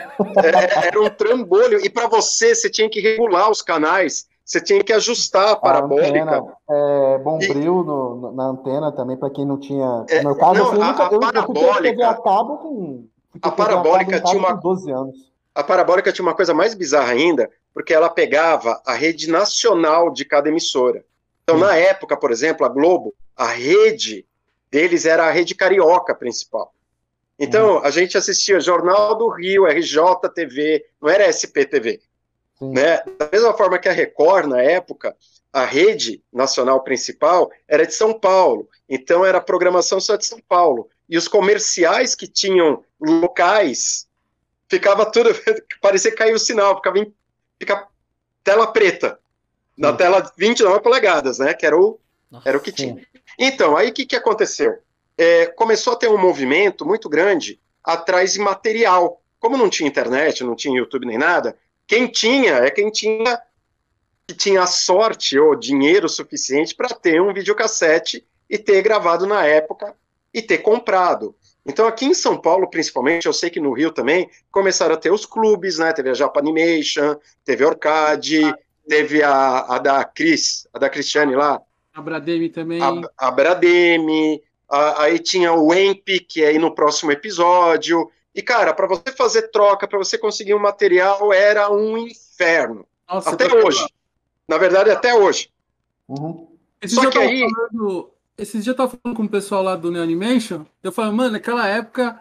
É, era um trambolho. E para você, você tinha que regular os canais, você tinha que ajustar a parabólica. A antena, é, bombril e... no, na antena também, para quem não tinha... É, no caso, não, assim, a, nunca, a eu, parabólica... Eu a cabo com... A parabólica tinha uma... doze anos. A parabólica tinha uma coisa mais bizarra ainda, porque ela pegava a rede nacional de cada emissora. Então, hum. na época, por exemplo, a Globo, a rede deles era a rede carioca principal. Então, hum. a gente assistia Jornal do Rio, R J T V, não era S P T V. Né? Da mesma forma que a Record, na época, a rede nacional principal era de São Paulo. Então, era programação só de São Paulo. E os comerciais que tinham locais... ficava tudo, parecia que caiu o sinal, ficava em fica tela preta, na sim. tela vinte e nove polegadas, né, que era o, Nossa, era o que sim. tinha. Então, aí o que, que aconteceu? É, começou a ter um movimento muito grande atrás de material. Como não tinha internet, não tinha YouTube nem nada, quem tinha é quem tinha, que tinha a sorte ou dinheiro suficiente para ter um videocassete e ter gravado na época e ter comprado. Então, aqui em São Paulo, principalmente, eu sei que no Rio também, começaram a ter os clubes, né? Teve a Japanimation, teve a Orcade, ah, teve a, a da Cris, a da Cristiane lá. A Brademe também. A, a Brademe, a, aí tinha o Emp, que é aí no próximo episódio. E, cara, para você fazer troca, para você conseguir um material, era um inferno. Nossa, até hoje. Falando. Na verdade, até hoje. Uhum. Só que aí... Falando... Esses dias eu tava falando com o pessoal lá do Neo Animation, eu falei, mano, naquela época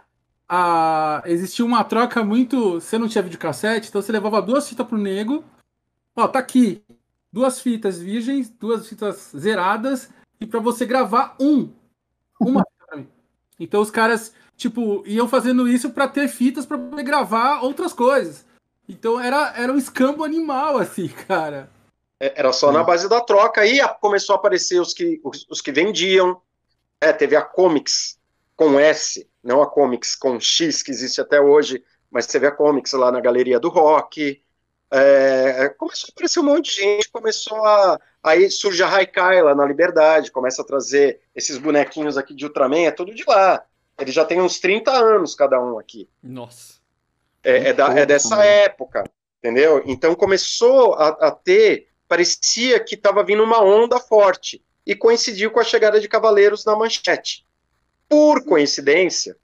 a... existia uma troca muito... Você não tinha videocassete, então você levava duas fitas pro nego, ó, tá aqui, duas fitas virgens, duas fitas zeradas, e pra você gravar um, uma fita pra mim. Então os caras, tipo, iam fazendo isso pra ter fitas pra poder gravar outras coisas. Então era, era um escambo animal, assim, cara. Era só na base da troca, aí começou a aparecer os que, os, os que vendiam, é, teve a Comics com S, não a Comics com X, que existe até hoje, mas teve a Comics lá na Galeria do Rock, é, começou a aparecer um monte de gente, começou a, aí surge a Haikai lá na Liberdade, começa a trazer esses bonequinhos aqui de Ultraman, é tudo de lá, eles já têm uns trinta anos cada um aqui. Nossa. É, é, da, é dessa época, entendeu? Então começou a, a ter... parecia que estava vindo uma onda forte, e coincidiu com a chegada de Cavaleiros na Manchete. Por coincidência,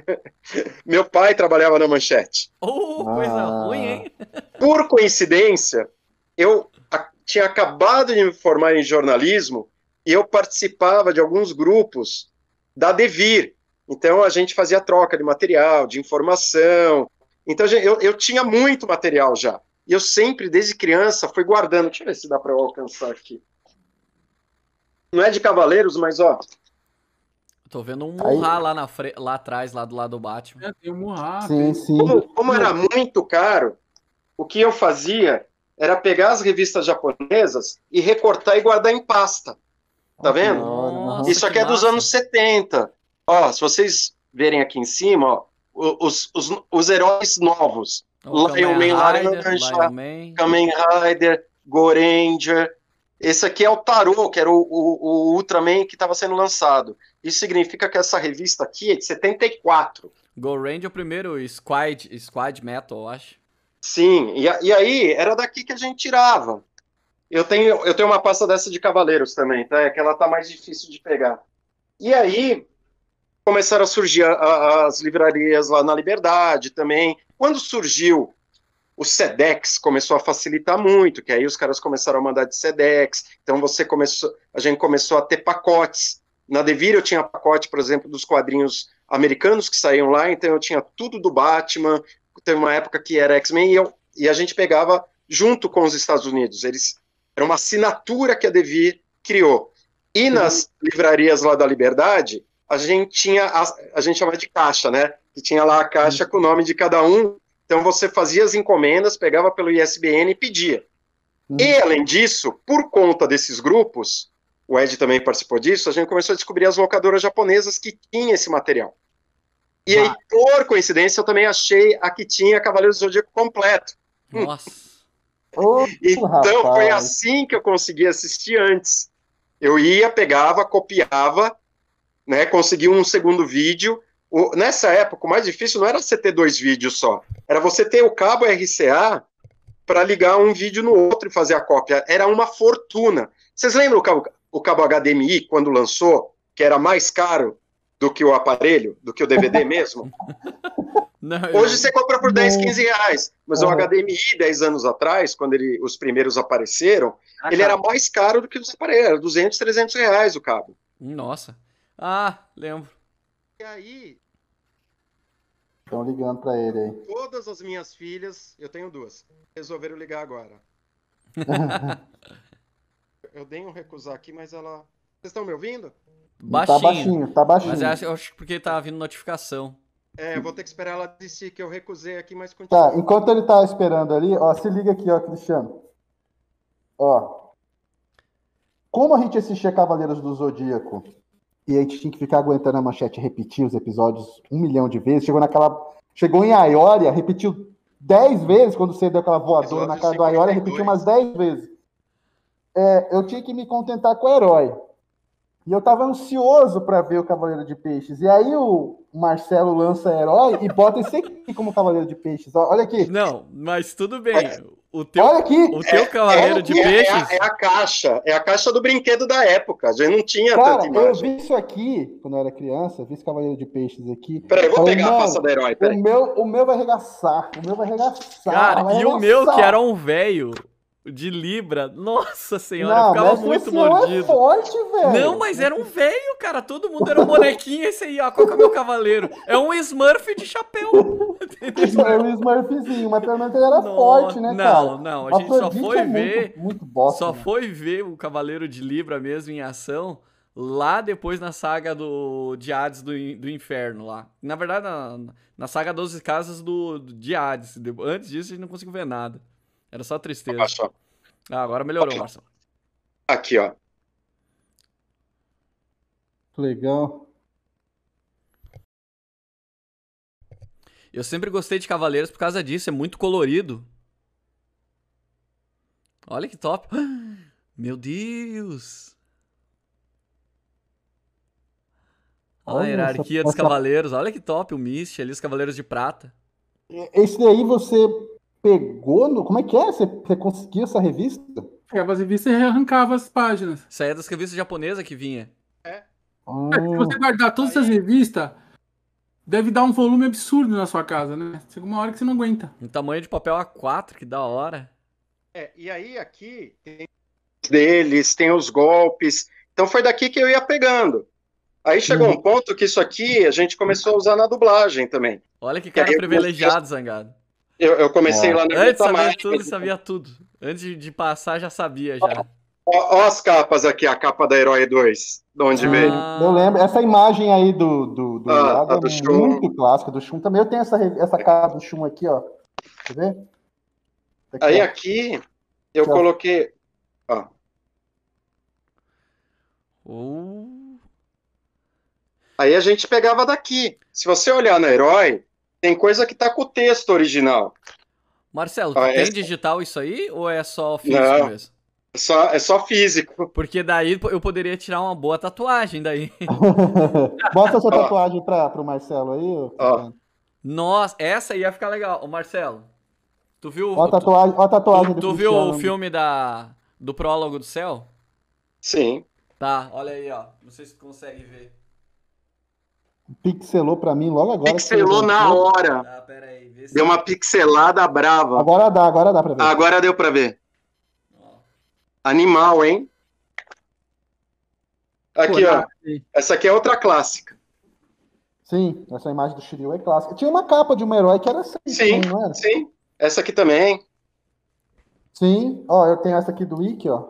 meu pai trabalhava na Manchete. Oh, coisa ah. ruim, hein? Por coincidência, eu a, tinha acabado de me formar em jornalismo, e eu participava de alguns grupos da Devir. Então a gente fazia troca de material, de informação. Então eu, eu tinha muito material já. E eu sempre, desde criança, fui guardando. Deixa eu ver se dá para eu alcançar aqui. Não é de Cavaleiros, mas ó. Tô vendo um Murra lá, na fre... lá atrás, lá do lado do Batman. É, tem um Murra. Sim, sim. Como, como era muito caro, o que eu fazia era pegar as revistas japonesas e recortar e guardar em pasta. Tá vendo? Nossa, Isso aqui é dos anos setenta. Ó, se vocês verem aqui em cima, ó, os, os, os heróis novos. Lion Man Laranja, Kamen Rider, Goranger. Esse aqui é o Tarô, que era o, o, o Ultraman que estava sendo lançado. Isso significa que essa revista aqui é de setenta e quatro. Goranger é o primeiro Squad, Squad Metal, eu acho. Sim, e, e aí era daqui que a gente tirava. Eu tenho, eu tenho uma pasta dessa de Cavaleiros também, tá? É que ela tá mais difícil de pegar. E aí começaram a surgir a, a, as livrarias lá na Liberdade também. Quando surgiu o Sedex, começou a facilitar muito, que aí os caras começaram a mandar de Sedex. Então você começou, a gente começou a ter pacotes. Na Devir eu tinha pacote, por exemplo, dos quadrinhos americanos que saíam lá, então eu tinha tudo do Batman. Teve uma época que era X-Men e, eu, e a gente pegava junto com os Estados Unidos. Eles era uma assinatura que a Devir criou. E nas livrarias lá da Liberdade, a gente tinha, a, a gente chamava de caixa, né? Que tinha lá a caixa com o nome de cada um. Então você fazia as encomendas, pegava pelo I S B N e pedia. Uhum. E, além disso, por conta desses grupos, o Ed também participou disso, a gente começou a descobrir as locadoras japonesas que tinham esse material. E ah. aí, por coincidência, eu também achei a que tinha Cavaleiros do Zodíaco completo. Nossa! Oh, então, rapaz. Foi assim que eu consegui assistir antes. Eu ia, pegava, copiava, né, conseguia um segundo vídeo. O, nessa época, o mais difícil não era você ter dois vídeos só. Era você ter o cabo R C A para ligar um vídeo no outro e fazer a cópia. Era uma fortuna. Vocês lembram o cabo, o cabo H D M I, quando lançou, que era mais caro do que o aparelho, do que o D V D mesmo? Não, Hoje eu... você compra por dez, quinze reais, mas uhum. o H D M I, dez anos atrás, quando ele, os primeiros apareceram, ah, ele cara. era mais caro do que os aparelhos, era duzentos, trezentos reais o cabo. Nossa. Ah, lembro. E aí... Estão ligando para ele aí. Todas as minhas filhas, eu tenho duas, resolveram ligar agora. Eu dei um recusar aqui, mas ela... Vocês estão me ouvindo? Baixinho. Tá baixinho, tá baixinho. Mas eu acho, eu acho porque tá vindo notificação. É, eu vou ter que esperar ela desistir, que eu recusei aqui, mas continua. Tá, enquanto ele tá esperando ali, ó, se liga aqui, ó, Cristiano. Ó. Como a gente assistia Cavaleiros do Zodíaco e a gente tinha que ficar aguentando a manchete repetir os episódios um milhão de vezes, chegou naquela... Chegou em Aioria, repetiu dez vezes quando você deu aquela voadora na cara do Aioria, repetiu umas dez vezes. É, eu tinha que me contentar com o herói. E eu tava ansioso para ver o Cavaleiro de Peixes. E aí o Marcelo lança herói e bota esse aqui como Cavaleiro de Peixes. Olha aqui. Não, mas tudo bem. O teu, Olha aqui. O teu é, Cavaleiro é, de é, Peixes... É a, é a caixa. É a caixa do brinquedo da época. Já não tinha Cara, tanta imagem. Eu vi isso aqui quando eu era criança. Vi esse Cavaleiro de Peixes aqui. Peraí, eu vou Falei, pegar a pasta do herói. Peraí. O meu, o meu vai arregaçar. O meu vai arregaçar. Cara, vai e arregaçar. o meu, que era um velho... de Libra, nossa senhora, não, eu ficava mas muito esse mordido. É forte, velho. Não, mas era um velho, cara, todo mundo era um bonequinho, esse aí, ó, qual que é o meu cavaleiro? É um Smurf de chapéu. É um Smurfzinho, mas pelo menos ele era não, forte, né, não, cara? Não, não, a gente só foi é ver, muito, muito bosta, só né? foi ver o Cavaleiro de Libra mesmo em ação lá depois na saga do de Hades do, do Inferno lá. Na verdade, na, na saga doze Casas do, do, de Hades. Antes disso, a gente não conseguiu ver nada. Era só tristeza. Acho. Ah, agora melhorou, Marcelo. Aqui, ó. Legal. Eu sempre gostei de Cavaleiros por causa disso, é muito colorido. Olha que top. Meu Deus. Olha a hierarquia essa, dos essa... Cavaleiros. Olha que top o Mist ali, os Cavaleiros de Prata. Esse daí você... pegou no... Como é que é? Você, você conseguiu essa revista? Pegava as revistas e arrancava as páginas. Isso aí é das revistas japonesas que vinha. É. Oh. É, se você guardar todas essas revistas, deve dar um volume absurdo na sua casa, né? Chega uma hora que você não aguenta. Um tamanho de papel A quatro, que da hora. É, e aí aqui tem deles, tem os golpes. Então foi daqui que eu ia pegando. Aí chegou uhum. um ponto que isso aqui a gente começou a usar na dublagem também. Olha que cara privilegiado, Zangado. Eu, eu comecei é. lá na Antes de saber tudo, sabia tudo. Antes de passar, já sabia, já. Ó, ó as capas aqui, a capa da Herói dois, de onde ah. veio. Eu lembro, essa imagem aí do, do, do ah, lado do é Shun. muito clássica, do Shun também. Eu tenho essa, essa capa do Shun aqui, ó. Quer ver? Aqui, aí ó. aqui, eu aqui, coloquei... Ó. Uh. Aí a gente pegava daqui. Se você olhar na Herói, tem coisa que tá com o texto original. Marcelo, ah, tem essa... digital isso aí ou é só físico Não, mesmo? É só, é só físico. Porque daí eu poderia tirar uma boa tatuagem daí. Bota essa tatuagem para pro Marcelo aí. Ó. Nossa, essa ia ficar legal. Ô Marcelo, tu viu... Ó a tatuagem, ó a tatuagem Tu, tu viu o filme da Do prólogo do céu? Sim. Tá, olha aí, ó. Não sei se tu consegue ver. Pixelou pra mim logo agora. que você Pixelou na levantou. hora. Ah, pera aí. Vê se... Deu uma pixelada brava. Agora dá, agora dá pra ver. Agora deu pra ver. Ó. Animal, hein? Aqui, Pô, ó. Essa aqui é outra clássica. Sim, essa imagem do Shiryu é clássica. Tinha uma capa de um herói que era assim, Sim, não era? sim. Essa aqui também. Sim, ó, eu tenho essa aqui do Ikki, ó.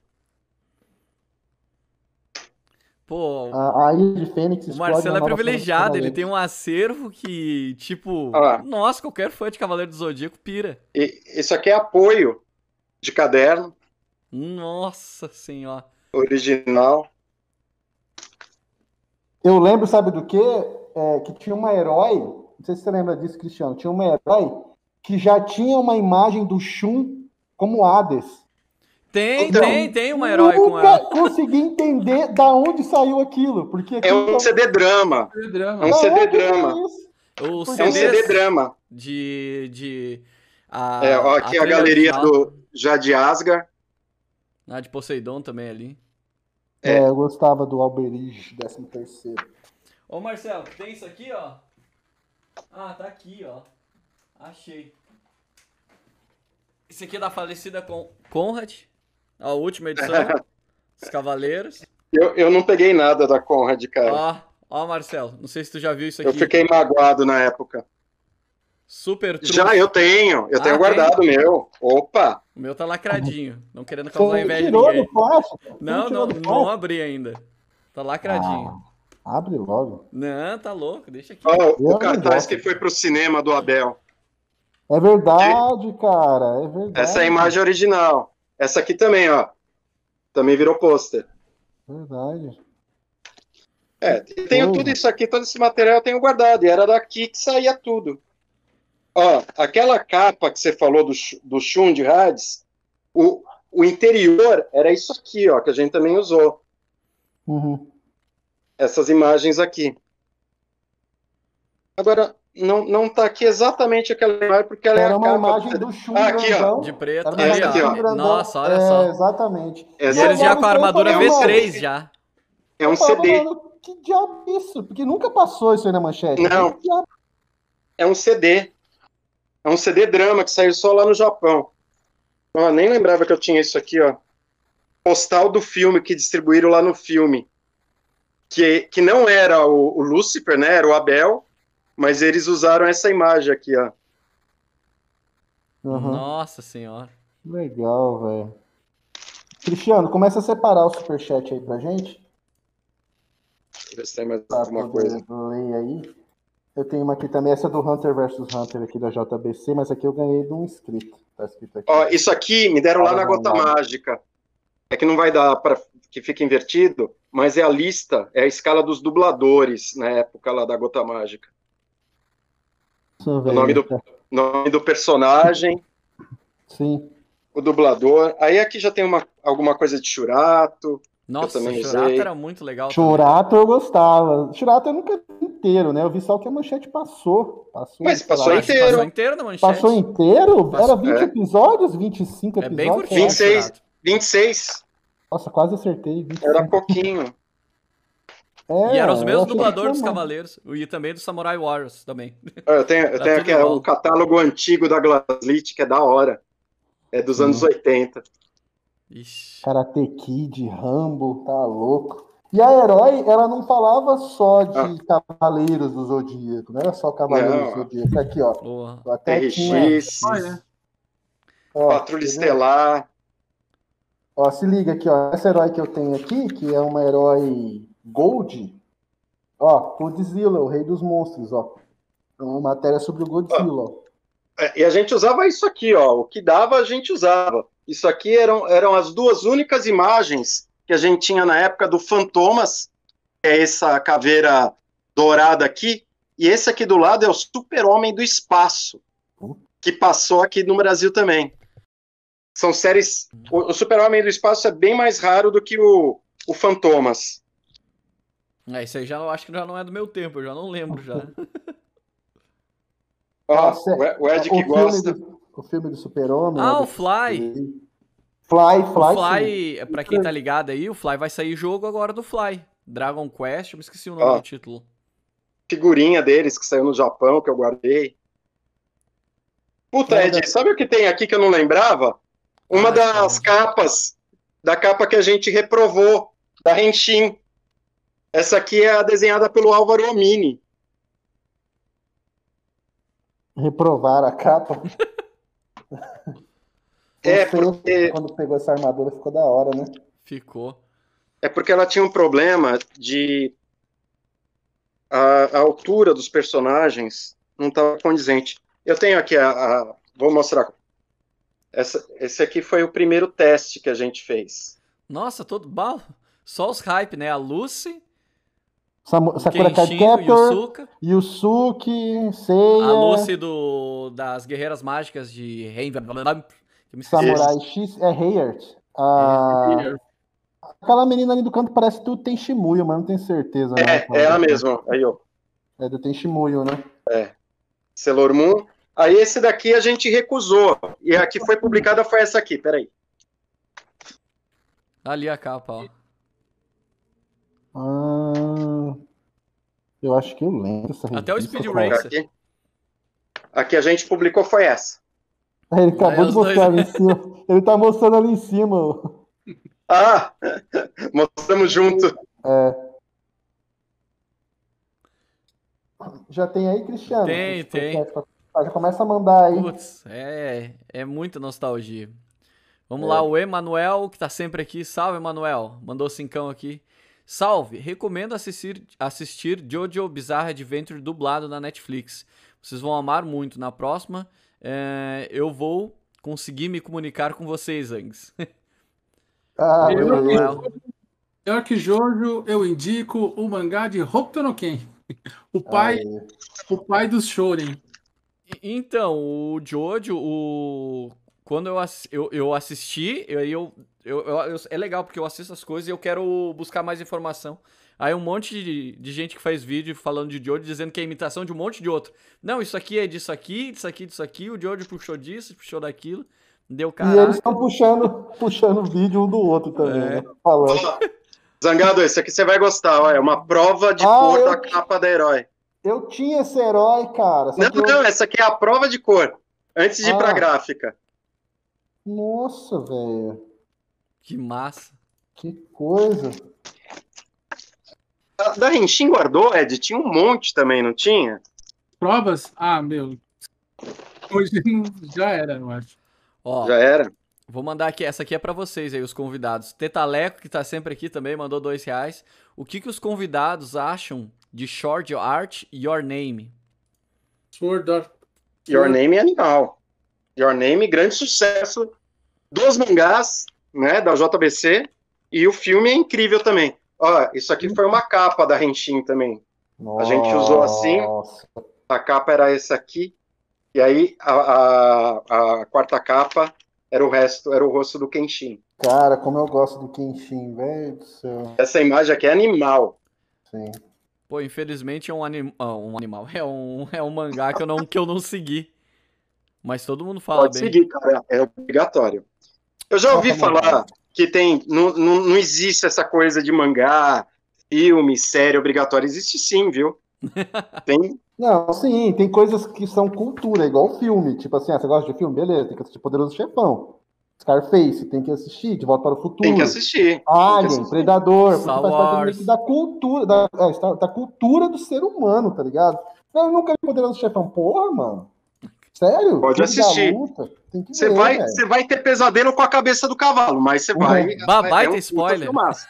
Pô, A, a Ilha de Fênix o explode Marcelo na é nova privilegiado, Saga ele dos tem um acervo que, tipo, Olha lá. nossa, qualquer fã de Cavaleiro do Zodíaco pira. E isso aqui é apoio de caderno Nossa senhora. original. Eu lembro, sabe do quê? É, que tinha uma herói, não sei se você lembra disso, Cristiano, tinha uma herói que já tinha uma imagem do Shun como Hades. Tem, Então, tem, tem uma herói com Nunca ela. consegui entender da onde saiu aquilo, porque É aquilo um tá- C D drama. É É drama. um Da C D onde drama. saiu isso? Os É um C D C Ds drama. de, de a, É, ó, aqui a, trilha galeria original. do Jade Asgard. Ah, de Poseidon também ali. É, É. eu gostava do Alberich, décimo terceiro. Ô Marcelo, tem isso aqui, ó. Ah, tá aqui, ó. Achei. Esse aqui é da falecida Con Conrad. A última edição. Os Cavaleiros. Eu, eu não peguei nada da Conrad, cara. Ó, ó, Marcelo. Não sei se tu já viu isso Eu aqui. fiquei magoado na época. Super trunfo. Já eu tenho. Eu Ah, tenho guardado o meu. Opa! O meu tá lacradinho. Não querendo causar Você inveja de tirou ninguém. do plástico? Você Não, tirou não, do não plástico? abri ainda. Tá lacradinho. Ah, abre logo. Não, tá louco. Deixa aqui. Ó, Eu o não cartaz gosto. que foi pro cinema do Abel. É verdade, cara, é verdade. Essa é a imagem original. Essa aqui também, ó. Também virou pôster. Verdade. É, eu tenho Coisa. tudo isso aqui, todo esse material eu tenho guardado. E era daqui que saía tudo. Ó, aquela capa que você falou do, Sh- do Shun de Hades, o, o interior era isso aqui, ó, que a gente também usou. Uhum. Essas imagens aqui. Agora, não, não tá aqui exatamente aquela imagem, porque ela é Era a uma capa. imagem do Shun Ah, aqui, ó. grandão. De preto. Era uma Ali, imagem do ó. Shun grandão. Nossa, olha é, só. Exatamente. Essa- E eles já olhava com a isso aí e armadura falava, V mano, três já. É um eu falava, C D. mano, que diabo é isso? Porque nunca passou isso aí na manchete. Não. Que diabo? É um C D. É um C D drama que saiu só lá no Japão. Ó, nem lembrava que eu tinha isso aqui, ó. Postal do filme que distribuíram lá no filme. Que, que não era o, o Lúcifer, né? Era o Abel. Mas eles usaram essa imagem aqui, ó. Uhum. Nossa senhora. Legal, velho. Cristiano, começa a separar o superchat aí pra gente. Deixa eu ver se tem mais Pra alguma poder coisa. ler aí. Eu tenho uma aqui também, essa do Hunter versus Hunter aqui da J B C, mas aqui eu ganhei de um inscrito. Tá escrito aqui. Ó, isso aqui me deram lá na Gota Mágica. É que não vai dar para que fique invertido, mas é a lista, é a escala dos dubladores na época lá da Gota Mágica. Deixa eu O ver. nome do, nome do personagem, Sim. o dublador. Aí aqui já tem uma, alguma coisa de Churato. Nossa, também Churato usei. era muito legal também. Churato eu gostava. Churato eu nunca vi inteiro, né? Eu vi só o que a manchete passou. passou Mas sei passou lá. Acho que inteiro. Passou inteiro na manchete. Passou inteiro? Passou, Era vinte é. episódios? vinte e cinco É bem episódios? curtinho, vinte e seis. Churato. vinte e seis. Nossa, quase acertei. vinte e cinco. Era pouquinho. É, E eram os eu mesmos achei que dubladores dos tinha mais. Cavaleiros. E também do Samurai Warriors também. Eu tenho, eu Era tenho tudo aqui igual. o catálogo antigo da Glaslit, que é da hora. É dos Sim. anos oitenta. Ixi. Karate Kid, Rambo, tá louco. E a Herói, ela não falava só de Cavaleiros do Zodíaco, não era só Cavaleiros Não. do Zodíaco. Aqui, ó. Porra. Eu até tinha. R X, Olha, Ó, Patrulha quer ver? Estelar. Ó, se liga aqui, ó. Essa herói que eu tenho aqui, que é uma herói Gold, ó, Godzilla, o rei dos monstros, ó. É uma matéria sobre o Godzilla, ó. É, e a gente usava isso aqui, ó. O que dava, a gente usava. Isso aqui eram, eram as duas únicas imagens que a gente tinha na época do Fantomas, que é essa caveira dourada aqui, e esse aqui do lado é o Super-Homem do Espaço, que passou aqui no Brasil também. São séries... O, o Super-Homem do Espaço é bem mais raro do que o, o Fantomas. É, isso aí já eu acho que já não é do meu tempo, eu já não lembro já. Ó, Nossa, o, o Ed o que filme gosta. do- o filme do Super-Homem. Ah, né, o do- Fly. Fly, O Fly, Fly, pra quem tá ligado aí, o Fly vai sair jogo agora do Fly. Dragon Quest, eu me esqueci o nome Ó. do título. Figurinha deles que saiu no Japão, que eu guardei. Puta, Nada. Ed, sabe o que tem aqui que eu não lembrava? Uma Ah, das sim. capas, da capa que a gente reprovou, da Henshin. Essa aqui é a desenhada pelo Álvaro Omini. Reprovar a capa. É, Você, porque, quando pegou essa armadura, ficou da hora, né? Ficou. é porque ela tinha um problema de... A, a altura dos personagens não estava condizente. Eu tenho aqui a... a- vou mostrar. Essa, esse aqui foi o primeiro teste que a gente fez. Nossa, todo bala. Só os hype, né? A Lucy, Samu- o Sakura Card Kenshin, o Captor, Yusuka. Yusuke, Seiya, A Lucy do, das Guerreiras Mágicas de Rei. Eu me esqueci. Samurai X, é Heart. Ah, aquela menina ali do canto parece do Tenshimuyo, mas não tenho certeza. né? É, é ela mesma. Aí, ó. É do Tenshimuyo, né? Sailor Moon. Aí esse daqui a gente recusou. E a que foi publicada foi essa aqui, peraí. Ali a capa, ó. Ah, eu acho que eu lembro essa Até o revista, Speed cara. Racer. Aqui. A que a gente publicou foi essa. Ah, Ele acabou Aí de os mostrar dois- ali em cima. Ele tá mostrando ali em cima. ó. Ah! Mostramos junto. Já tem aí, Cristiano? Tem, Esse tem. podcast pra- Já começa a mandar aí. Putz, é, é muita nostalgia. Vamos É. lá, o Emanuel, que tá sempre aqui. Salve, Emanuel. Mandou cincão aqui. Salve, recomendo assistir, assistir Jojo Bizarre Adventure dublado na Netflix. Vocês vão amar muito. Na próxima, é, eu vou conseguir me comunicar com vocês, Angs. Ah, O Eu- beleza. Emanuel. Pior que Jojo, eu indico o mangá de Hokuto no Ken. O pai, Aí. o pai dos Shonen. E- Então, o Jojo, o... quando eu, ass- eu, eu assisti, eu, eu, eu, eu- eu- é legal porque eu assisto as coisas e eu quero buscar mais informação. Aí um monte de, de gente que faz vídeo falando de Jojo, dizendo que é imitação de um monte de outro. Não, isso aqui é disso aqui, disso aqui, disso aqui, o Jojo puxou disso, puxou daquilo, deu E eles caraca. estão puxando, puxando vídeo um do outro também, É. né? Falando. Ó, Zangado, esse aqui você vai gostar, ó. É uma prova de Ah, cor eu- da capa da herói. Eu tinha esse herói, cara. Só Não, que eu- não, essa aqui é a prova de cor. Antes de ir pra Ah. gráfica. Nossa, velho. Que massa. Que coisa. A da Henshin guardou, Ed? Tinha um monte também, não tinha? Provas? Ah, meu. Hoje não- já era, eu acho. Ó, Já era. vou mandar aqui, essa aqui é pra vocês aí, os convidados. Tetaleco, que tá sempre aqui também, mandou dois reais. O que que os convidados acham de Short Art Your Name? Sword Art. Your Name é animal. Your Name, grande sucesso dos mangás, né, da J B C. E o filme é incrível também. Ó, isso aqui foi uma capa da Henshin também. A gente usou assim. Nossa. A capa era essa aqui. E aí a, a, a quarta capa era o resto, era o rosto do Kenshin. Cara, como eu gosto do Kenshin, velho do céu. Essa imagem aqui é animal. Sim. Pô, infelizmente é um, anim... ah, um animal. É um, é um mangá que eu, não, que eu não segui. Mas todo mundo fala Pode bem. seguir, cara. É obrigatório. Eu já ouvi Nossa, falar mano. que tem. Não, não, não existe essa coisa de mangá, filme, série obrigatória. Existe sim, viu? Tem. Não, sim, tem coisas que são cultura, igual filme. Tipo assim, ah, você gosta de filme? Beleza, tem que assistir Poderoso Chefão. Scarface, tem que assistir, De Volta para o Futuro. Tem que assistir. Tem que Alien, assistir. Predador, porque Star faz parte Wars. meio que da cultura, da, é, Star- da cultura do ser humano, tá ligado? Eu nunca vi Poderoso Chefão, porra, mano. Sério? Pode Clube da assistir. Luta? Tem que Você ver, vai, velho. você vai ter pesadelo com a cabeça do cavalo, mas você vai. Ba- é baita um puta spoiler. filmaço.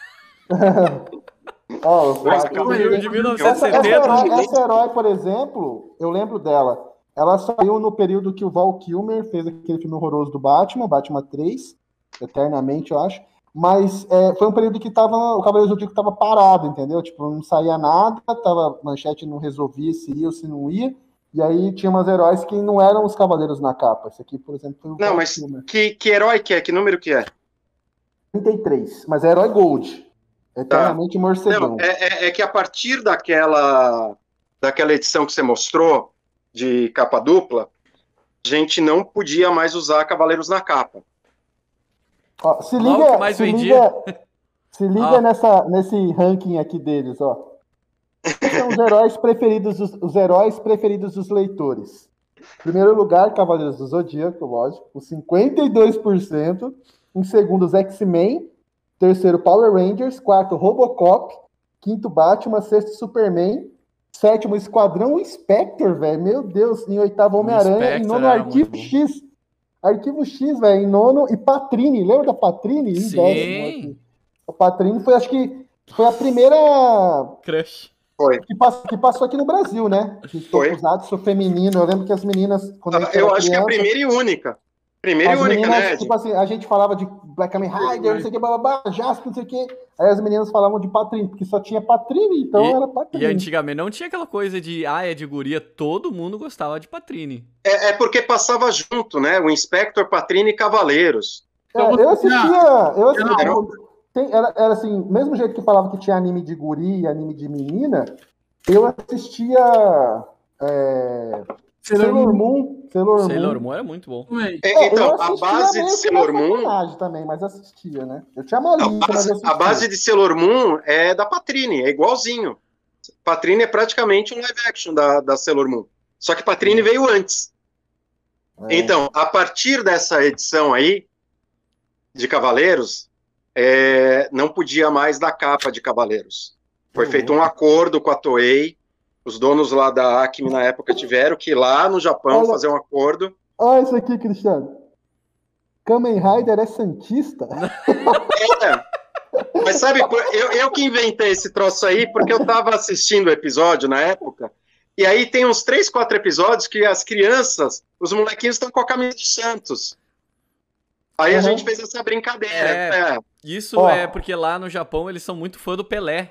Ó, Mas, a- calma aí, Filme de essa, essa, herói, mil novecentos e setenta. essa herói, por exemplo, eu lembro dela. Ela saiu no período que o Val Kilmer fez aquele filme horroroso do Batman, Batman três, eternamente, eu acho. Mas é, foi um período que tava, o Cavaleiro do Zodíaco tava parado, entendeu? Tipo, não saía nada, tava, Manchete não resolvia se ia ou se não ia. E aí tinha umas heróis que não eram os Cavaleiros na capa. Esse aqui, por exemplo, foi o Não, Val mas Kilmer. que, que herói que é? Que número que é? trinta e três, mas é herói Gold. Eternamente morcegão. Não, é, é- é que a partir daquela, daquela edição que você mostrou, de capa dupla, a gente não podia mais usar Cavaleiros na capa. Ó, se Logo liga, que mais se vendia. liga, se liga Ah. nessa, nesse ranking aqui deles, ó. Quais são os heróis preferidos, dos, os heróis preferidos dos leitores? Primeiro lugar, Cavaleiros do Zodíaco, lógico, com cinquenta e dois por cento. Em segundo, os X-Men. Terceiro, Power Rangers. Quarto, Robocop. Quinto, Batman. Sexto, Superman. Sétimo, Esquadrão Spectre, velho. Meu Deus. Em oitavo, Homem-Aranha. Em Spectre nono, era Arquivo muito bom. X. Arquivo X, velho. Em nono, e Patrine. Lembra da Patrine? Em Sim. décimo aqui. A Patrine foi, acho que, foi a primeira Crush. Foi. que passou, que passou aqui no Brasil, né? A gente Foi. tem usado isso feminino. Eu lembro que as meninas, quando a gente Eu era acho que é a criança, primeira e única. Primeira as e única, meninas, né, Ed? tipo assim, a gente falava de Black Kamen Rider, não sei o que, blá, blá, blá, Jasper, não sei o que. Aí as meninas falavam de Patrine, porque só tinha Patrine, então E- era E Patrine. antigamente não tinha aquela coisa de, ah, é de guria, todo mundo gostava de Patrine. É, é porque passava junto, né? O Inspector, Patrine e Cavaleiros. É, eu assistia, eu assistia, Era- tem- era, era assim, mesmo jeito que falava que tinha anime de guri e anime de menina, eu assistia é, Sailor Sailor Moon Moon, Sailor Moon. Sailor Moon era muito bom. também. É, É, então, eu a assistia base de meio que Sailor na Moon, sacanagem também, mas assistia, né? Eu tinha a malícia, mas base, assistia. a base de Sailor Moon é da Patrine, é igualzinho. Patrine é praticamente um live action da, da Sailor Moon. Só que Patrine veio antes. É. Então, a partir dessa edição aí, de Cavaleiros, é, não podia mais dar capa de Cavaleiros. Foi Uhum. feito um acordo com a Toei, os donos lá da Acme na época tiveram que ir lá no Japão Olha- fazer um acordo. Olha isso aqui, Cristiano. Kamen Rider é santista? É, mas sabe, eu, eu que inventei esse troço aí, porque eu tava assistindo o episódio na época, e aí tem uns três, quatro episódios que as crianças, os molequinhos estão com a camisa de Santos. Aí a Uhum. gente fez essa brincadeira. É. É. Isso Ó. é porque lá no Japão eles são muito fã do Pelé.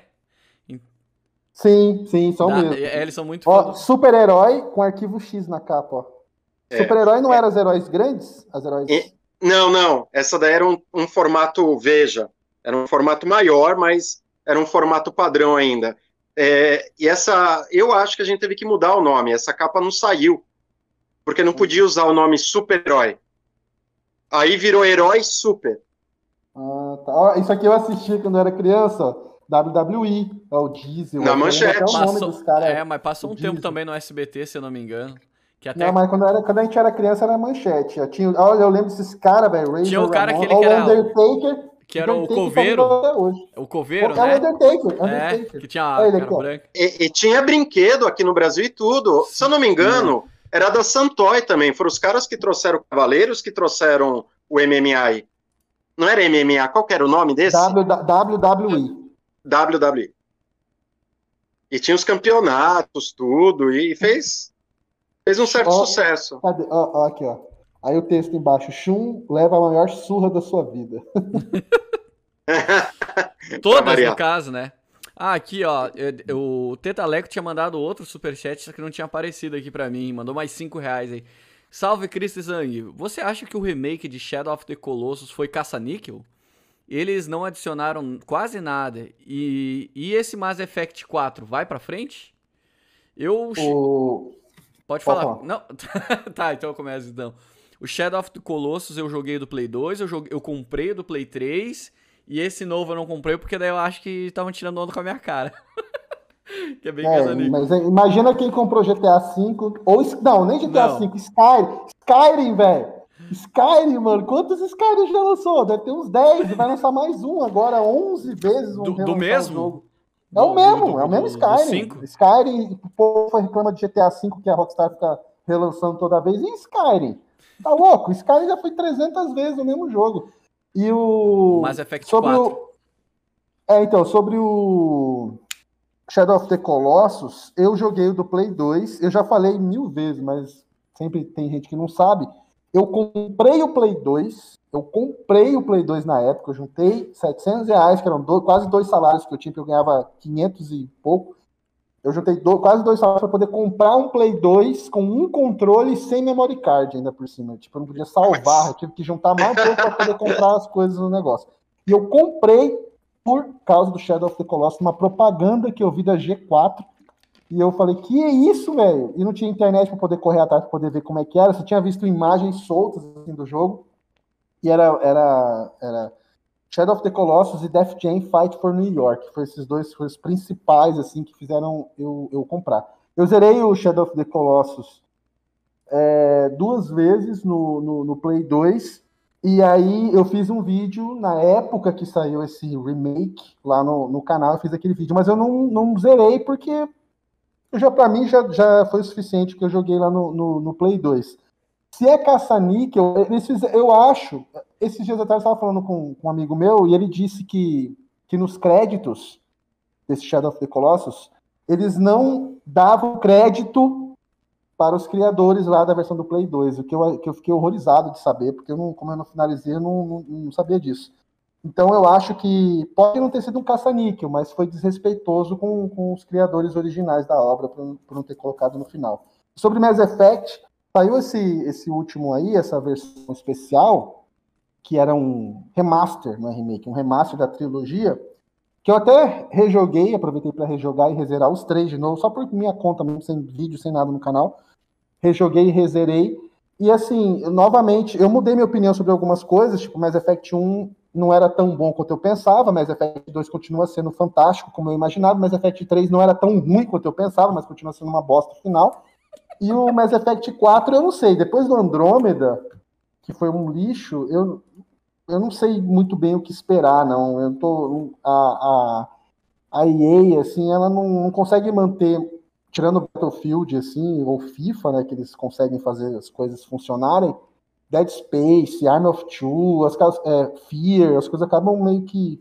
Sim, sim, são Da- mesmo. é, eles são muito fã Ó, do... super-herói com arquivo X na capa, ó. É. Super-herói não É. era os heróis grandes? As heróis... E- Não, não. Essa daí era um, um formato Veja. Era um formato maior, mas era um formato padrão ainda. É, e essa, eu acho que a gente teve que mudar o nome. Essa capa não saiu, porque não podia usar o nome super-herói. Aí virou Herói Super. Ah, tá. Ó, isso aqui eu assisti quando eu era criança, ó. W W E, ó, o Diesel. Na ó, eu lembro manchete. até o nome Passou... dos caras. É, mas passou um Diesel. tempo também no S B T, se eu não me engano. Que até Não, mas quando, eu era, quando a gente era criança era manchete. Eu tinha, olha, eu lembro desses caras, velho. Razor Tinha o cara Ramon, aquele ó, que o era o- Undertaker. que era o Undertaker tá coveiro. vivo até hoje. o coveiro, É né? o Undertaker. É, Undertaker. que tinha a Olha ele cara aqui, ó. branca. E, e tinha brinquedo aqui no Brasil e tudo. Se eu não me engano, era da Santoy também. Foram os caras que trouxeram Cavaleiros, que trouxeram o M M A. Não era M M A, qual que era o nome desse? W W E. W W E. E tinha os campeonatos, tudo, e fez, fez um certo Ó. sucesso. Cadê? Ó, ó, aqui, ó. Aí o texto embaixo. Shun leva a maior surra da sua vida. Todas, variar. no caso, né? Ah, aqui, ó. é, O Tetaleco tinha mandado outro superchat, só que não tinha aparecido aqui pra mim. Mandou mais cinco reais aí. Salve, Cristo Zang. Você acha que o remake de Shadow of the Colossus foi caça-níquel? Eles não adicionaram quase nada. E, e esse Mass Effect quatro vai pra frente? Eu... O... Pode Pode falar. falar. Não. Tá, então eu começo então. O Shadow of the Colossus eu joguei do Play dois, eu, joguei, eu comprei do Play três, e esse novo eu não comprei porque daí eu acho que estavam tirando onda com a minha cara. Que é bem É, caça-níquel. mas é, imagina quem comprou G T A cinco, ou... Não, nem G T A Não. cinco, Skyrim. Skyrim, velho. Skyrim, mano. Quantos Skyrim já lançou? Deve ter uns dez, vai lançar mais um agora, onze vezes vão Do- do relançar o mesmo? jogo. É Do- o mesmo, do- é o mesmo do- do Skyrim. cinco? Skyrim, o povo reclama de G T A cinco que a Rockstar fica relançando toda vez. E Skyrim? Tá louco? Skyrim já foi trezentas vezes o mesmo jogo. E o... Mass Effect sobre quatro. o... É, então, sobre o Shadow of the Colossus, eu joguei o do Play dois, eu já falei mil vezes, mas sempre tem gente que não sabe. Eu comprei o Play dois, eu comprei o Play dois na época, eu juntei setecentos reais, que eram do- quase dois salários que eu tinha, que eu ganhava quinhentos e pouco. Eu juntei do- quase dois salários para poder comprar um Play dois com um controle sem memory card ainda por cima. Tipo, eu não podia salvar, eu tive que juntar mais um pouco para poder comprar as coisas no negócio. E eu comprei por causa do Shadow of the Colossus, uma propaganda que eu vi da G quatro, e eu falei, que é isso, velho? E não tinha internet para poder correr atrás, para poder ver como é que era, só tinha visto imagens soltas assim, do jogo. e era, era, era Shadow of the Colossus e Def Jam Fight for New York. Foi esses dois foram os principais, assim, que fizeram eu, eu comprar. Eu zerei o Shadow of the Colossus é, duas vezes no, no, no Play dois, e aí eu fiz um vídeo na época que saiu esse remake lá no, no canal, eu fiz aquele vídeo, mas eu não, não zerei porque já para mim já, já foi o suficiente que eu joguei lá no, no, no Play dois. Se é caça-níquel, eles fiz, eu acho, esses dias atrás eu estava falando com, com um amigo meu, e ele disse que, que nos créditos desse Shadow of the Colossus, eles não davam crédito para os criadores lá da versão do Play dois, o que eu, que eu fiquei horrorizado de saber, porque eu não, como eu não finalizei, eu não, não, não sabia disso. Então eu acho que pode não ter sido um caça-níquel, mas foi desrespeitoso com, com os criadores originais da obra por, por não ter colocado no final. Sobre Mass Effect, saiu esse, esse último aí, essa versão especial, que era um remaster, não é remake, um remaster da trilogia, que eu até rejoguei, aproveitei para rejogar e rezerar os três de novo, só por minha conta mesmo, sem vídeo, sem nada no canal. Rejoguei e rezerei. E assim, novamente, eu mudei minha opinião sobre algumas coisas, tipo, Mass Effect um não era tão bom quanto eu pensava, Mass Effect dois continua sendo fantástico, como eu imaginava, Mass Effect três não era tão ruim quanto eu pensava, mas continua sendo uma bosta final. E o Mass Effect quatro, eu não sei, depois do Andrômeda, que foi um lixo, eu, eu não sei muito bem o que esperar, não. Eu tô, a, a, a E A, assim, ela não, não consegue manter, tirando o Battlefield, assim, ou FIFA, né, que eles conseguem fazer as coisas funcionarem, Dead Space, Army of Two, as, é, Fear, as coisas acabam meio que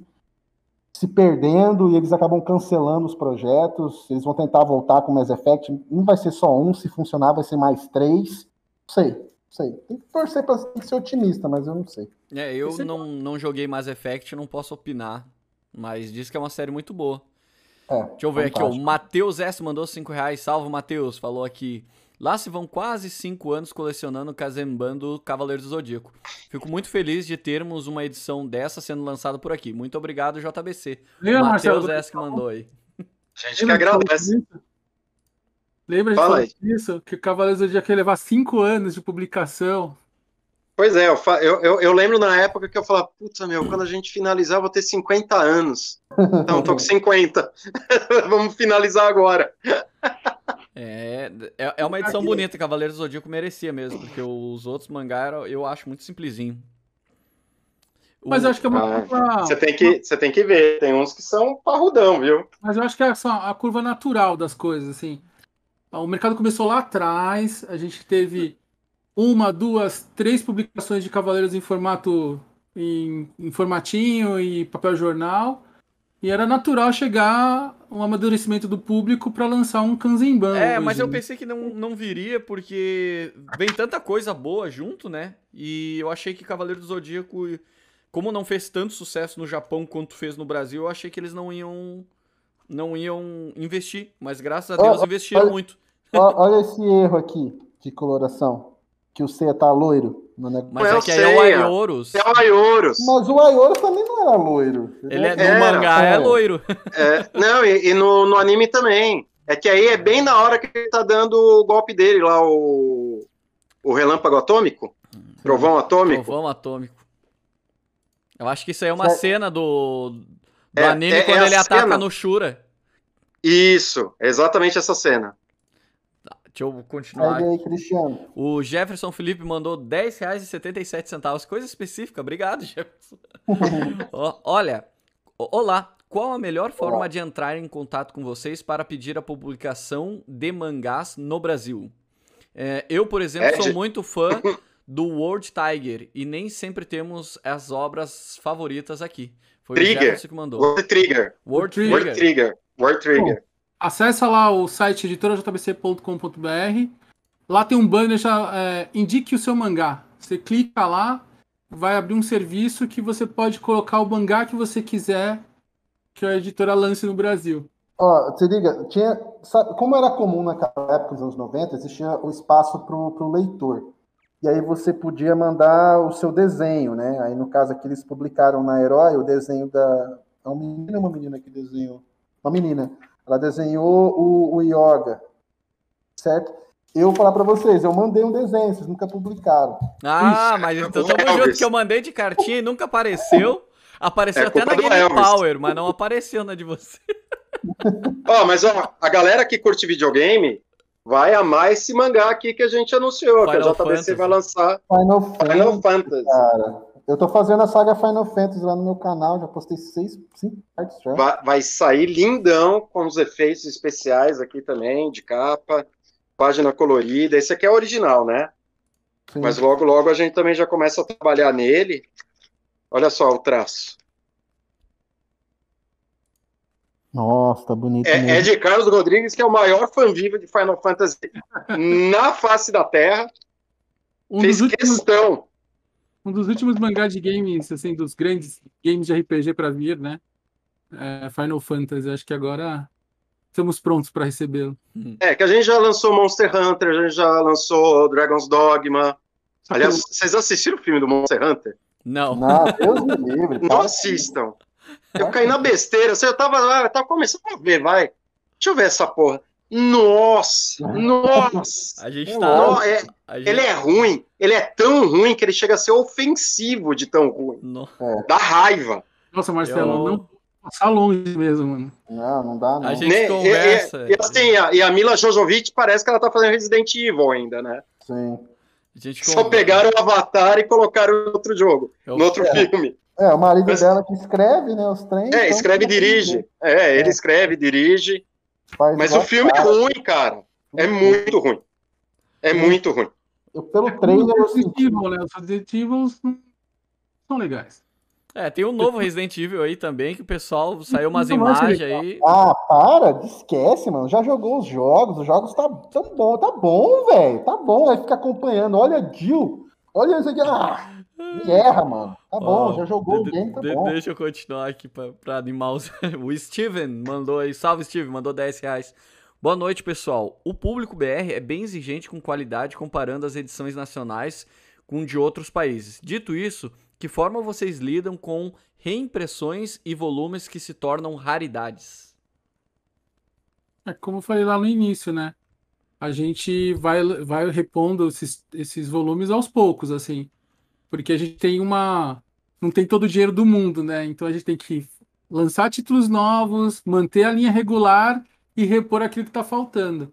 se perdendo e eles acabam cancelando os projetos. Eles vão tentar voltar com Mass Effect. Não vai ser só um, se funcionar vai ser mais três. Não sei, não sei. Tem que torcer para ser otimista, mas eu não sei. É, eu não, não joguei Mass Effect, não posso opinar, mas diz que é uma série muito boa. É, deixa eu ver fantástico. aqui, ó, o Matheus S mandou cinco reais, salve Matheus, falou aqui, lá se vão quase cinco anos colecionando Kazembando Cavaleiros do Zodíaco. Fico muito feliz de termos uma edição dessa sendo lançada por aqui. Muito obrigado, J B C. Lembra, Matheus Marcelo, S que mandou aí. A gente que agradece. Lembra de Fala falar aí. disso? Que o Cavaleiros do Zodíaco ia levar cinco anos de publicação. Pois é, eu, fa- eu, eu, eu lembro na época que eu falava, puta meu, quando a gente finalizar eu vou ter cinquenta anos. Então, tô com cinquenta. Vamos finalizar agora. É, é, é uma edição bonita, Cavaleiros do Zodíaco merecia mesmo, porque os outros mangá eram- eu acho muito simplesinho. O- Mas eu acho que é uma Ah, curva. Você tem que, você tem que ver, tem uns que são parrudão, viu? Mas eu acho que é só a curva natural das coisas, assim. O mercado começou lá atrás, a gente teve uma, duas, três publicações de Cavaleiros em formato em, em formatinho e papel jornal. E era natural chegar um amadurecimento do público para lançar um Kanzenban. É, hoje, mas eu né? pensei que não, não viria, porque vem tanta coisa boa junto, né? E eu achei que Cavaleiro do Zodíaco, como não fez tanto sucesso no Japão quanto fez no Brasil, eu achei que eles não iam não iam investir. Mas graças a Deus Ó, ó, investiram olha- muito. Ó, olha esse erro aqui de coloração. Que o C tá loiro no negócio. Mas Eu é que aí é o sei, ó. Aioros. É o Aioros. Mas o Ayoro também não era loiro. Ele é, no Era. mangá é loiro. É, não, e, e no, no anime também. É que aí é bem na hora que ele tá dando o golpe dele lá, o, o relâmpago atômico, trovão atômico. Trovão atômico. Eu acho que isso aí é uma Certo. cena do, do É, anime é- quando é a ele ataca cena. no Shura. Isso, é exatamente essa cena. Deixa eu continuar. Segue aí, Cristiano. O Jefferson Felipe mandou dez reais e setenta e sete centavos. Coisa específica. Obrigado, Jefferson. Ó, olha, o- olá. Qual a melhor forma Olá. de entrar em contato com vocês para pedir a publicação de mangás no Brasil? É, eu, por exemplo, É, sou de- muito fã do World Tiger e nem sempre temos as obras favoritas aqui. Foi o Trigger. Jefferson que mandou. Word Trigger. World Trigger. Word Trigger. Trigger. Word Trigger. Acessa lá o site editora j b c ponto com ponto b r. Lá tem um banner já, é, indique o seu mangá. Você clica lá, vai abrir um serviço que você pode colocar o mangá que você quiser que a editora lance no Brasil. Ó, se liga, tinha, sabe, como era comum naquela época, nos anos noventa, existia o espaço pro, pro leitor. E aí você podia mandar o seu desenho, né? Aí no caso aqui eles publicaram na Herói o desenho da... É uma menina ou uma menina que desenhou? Uma menina. Ela desenhou o, o Yoga, certo? eu vou falar pra vocês, eu mandei um desenho, vocês nunca publicaram. Ah, Ixi, mas então o tamo Elvis. junto, que eu mandei de cartinha e nunca apareceu. Apareceu É até na culpa do Game Elvis. Power, mas não apareceu na de você. Ó, mas ó, a galera que curte videogame vai amar esse mangá aqui que a gente anunciou, Final que a J B C Fantasy. vai lançar Final, Final Fantasy, Fantasy. cara. Eu tô fazendo a saga Final Fantasy lá no meu canal, já postei seis, cinco partes já. Vai, vai sair lindão com os efeitos especiais aqui também, de capa, página colorida. Esse aqui é original, né? Sim. Mas logo, logo a gente também já começa a trabalhar nele. Olha só o traço. Nossa, tá bonito É, mesmo. é de Carlos Rodrigues, que é o maior fã vivo de Final Fantasy na face da Terra. Um Fez dos, últimos, questão. um dos últimos mangás de games, assim, dos grandes games de R P G para vir, né? É Final Fantasy. Acho que agora estamos prontos para recebê-lo. É, que a gente já lançou Monster Hunter, a gente já lançou Dragon's Dogma. Aliás, vocês assistiram o filme do Monster Hunter? Não. Não, Deus me livre. Não Tá? assistam. Eu caí na besteira. Eu tava lá, eu tava começando a ver, vai. Deixa eu ver essa porra. Nossa! Nossa! A gente É tá. Não, é- a gente- ele é ruim. Ele é tão ruim que ele chega a ser ofensivo de tão ruim. No- Dá raiva. Nossa, Marcelo, Eu- não passar longe mesmo, mano. Não, não dá, não. A gente Né? E- conversa. E, e assim, a, e a Mila Jovovich parece que ela tá fazendo Resident Evil ainda, né? Sim. A gente Só conversa. pegaram o Avatar e colocaram no outro jogo, Eu- no outro filme. É, o marido Mas- dela que escreve, né, os trens. É, então, escreve e dirige. É, ele É. escreve e dirige. faz Mas igual o filme é cara. ruim, cara. É muito ruim. É muito ruim. Eu, pelo trailer eu Os Resident senti. Evil, né? Os Resident Evil são- são legais. É, tem um novo Resident Evil aí também, que o pessoal saiu umas Não vai ser imagens legal. aí. Ah, para, esquece, mano. Já jogou os jogos, os jogos tá tão bom, tá bom, velho. Tá bom, aí fica acompanhando. Olha, Jill. Olha isso aqui. Ah, me erra, mano. Tá bom, Ó, já jogou o de- game, tá de- bom. Deixa eu continuar aqui pra, pra animar os... O Steven mandou aí. Salve, Steven, mandou dez reais. Boa noite, pessoal. O público B R é bem exigente com qualidade comparando as edições nacionais com de outros países. Dito isso, que forma vocês lidam com reimpressões e volumes que se tornam raridades? É como eu falei lá no início, né? A gente vai, vai repondo esses, esses volumes aos poucos, assim. Porque a gente tem uma. Não tem todo o dinheiro do mundo, né? Então a gente tem que lançar títulos novos, manter a linha regular e repor aquilo que está faltando.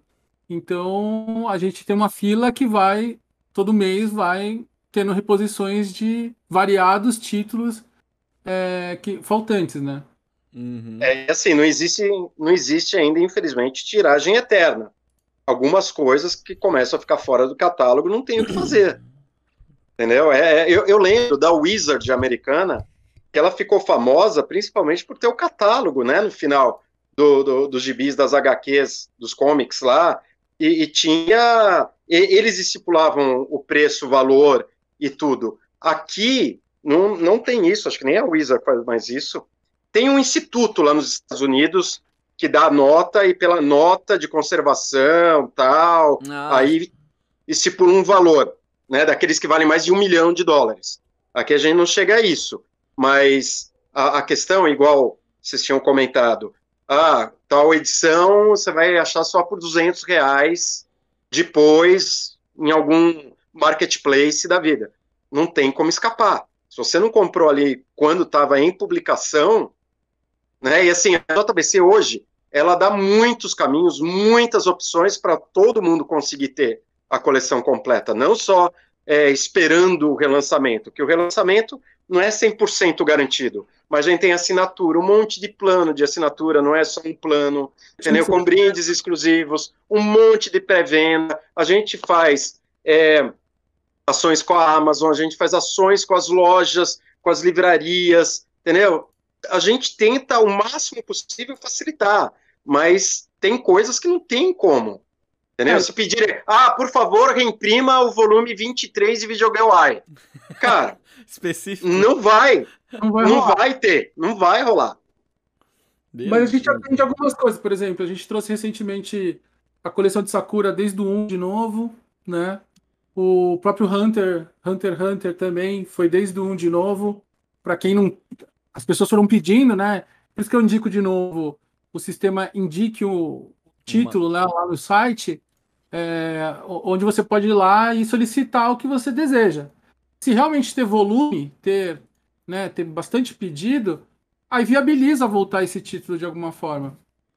Então a gente tem uma fila que vai, todo mês, vai tendo reposições de variados títulos é, que, faltantes, né? Uhum. É assim, não existe, não existe ainda, infelizmente, tiragem eterna. Algumas coisas que começam a ficar fora do catálogo não tem o que fazer. Entendeu? É, é, eu, eu lembro da Wizard americana, que ela ficou famosa principalmente por ter o catálogo, né, no final do, do, dos gibis, das H Qs, dos comics lá, e, e tinha... E, eles estipulavam o preço, o valor e tudo. Aqui não, não tem isso, acho que nem a Wizard faz mais isso. Tem um instituto lá nos Estados Unidos que dá nota, e pela nota de conservação, tal, Ah, aí estipula um valor, né, daqueles que valem mais de um milhão de dólares. Aqui a gente não chega a isso, mas a, a questão, igual vocês tinham comentado, ah, tal edição você vai achar só por duzentos reais depois em algum marketplace da vida. Não tem como escapar. Se você não comprou ali quando estava em publicação, né, e assim, a J B C hoje, ela dá muitos caminhos, muitas opções para todo mundo conseguir ter a coleção completa, não só é, esperando o relançamento, que o relançamento não é cem por cento garantido, mas a gente tem assinatura, um monte de plano de assinatura, não é só um plano, entendeu? Com brindes exclusivos, um monte de pré-venda, a gente faz é, ações com a Amazon, a gente faz ações com as lojas, com as livrarias, entendeu? A gente tenta o máximo possível facilitar, mas tem coisas que não tem como, entendeu? É. Se pedirem, ah, por favor, reimprima o volume vinte e três de Videogame. Cara, específico. não vai, Não vai não rolar. vai ter, não vai rolar. Mas a gente aprende algumas coisas, por exemplo, a gente trouxe recentemente a coleção de Sakura desde o um de novo, né? O próprio Hunter, Hunter x Hunter também foi desde o um de novo. Para quem não... As pessoas foram pedindo, né? Por isso que eu indico de novo o sistema Indique o título lá, lá no site, é, onde você pode ir lá e solicitar o que você deseja. Se realmente ter volume, ter, né, ter bastante pedido, aí viabiliza voltar esse título de alguma forma.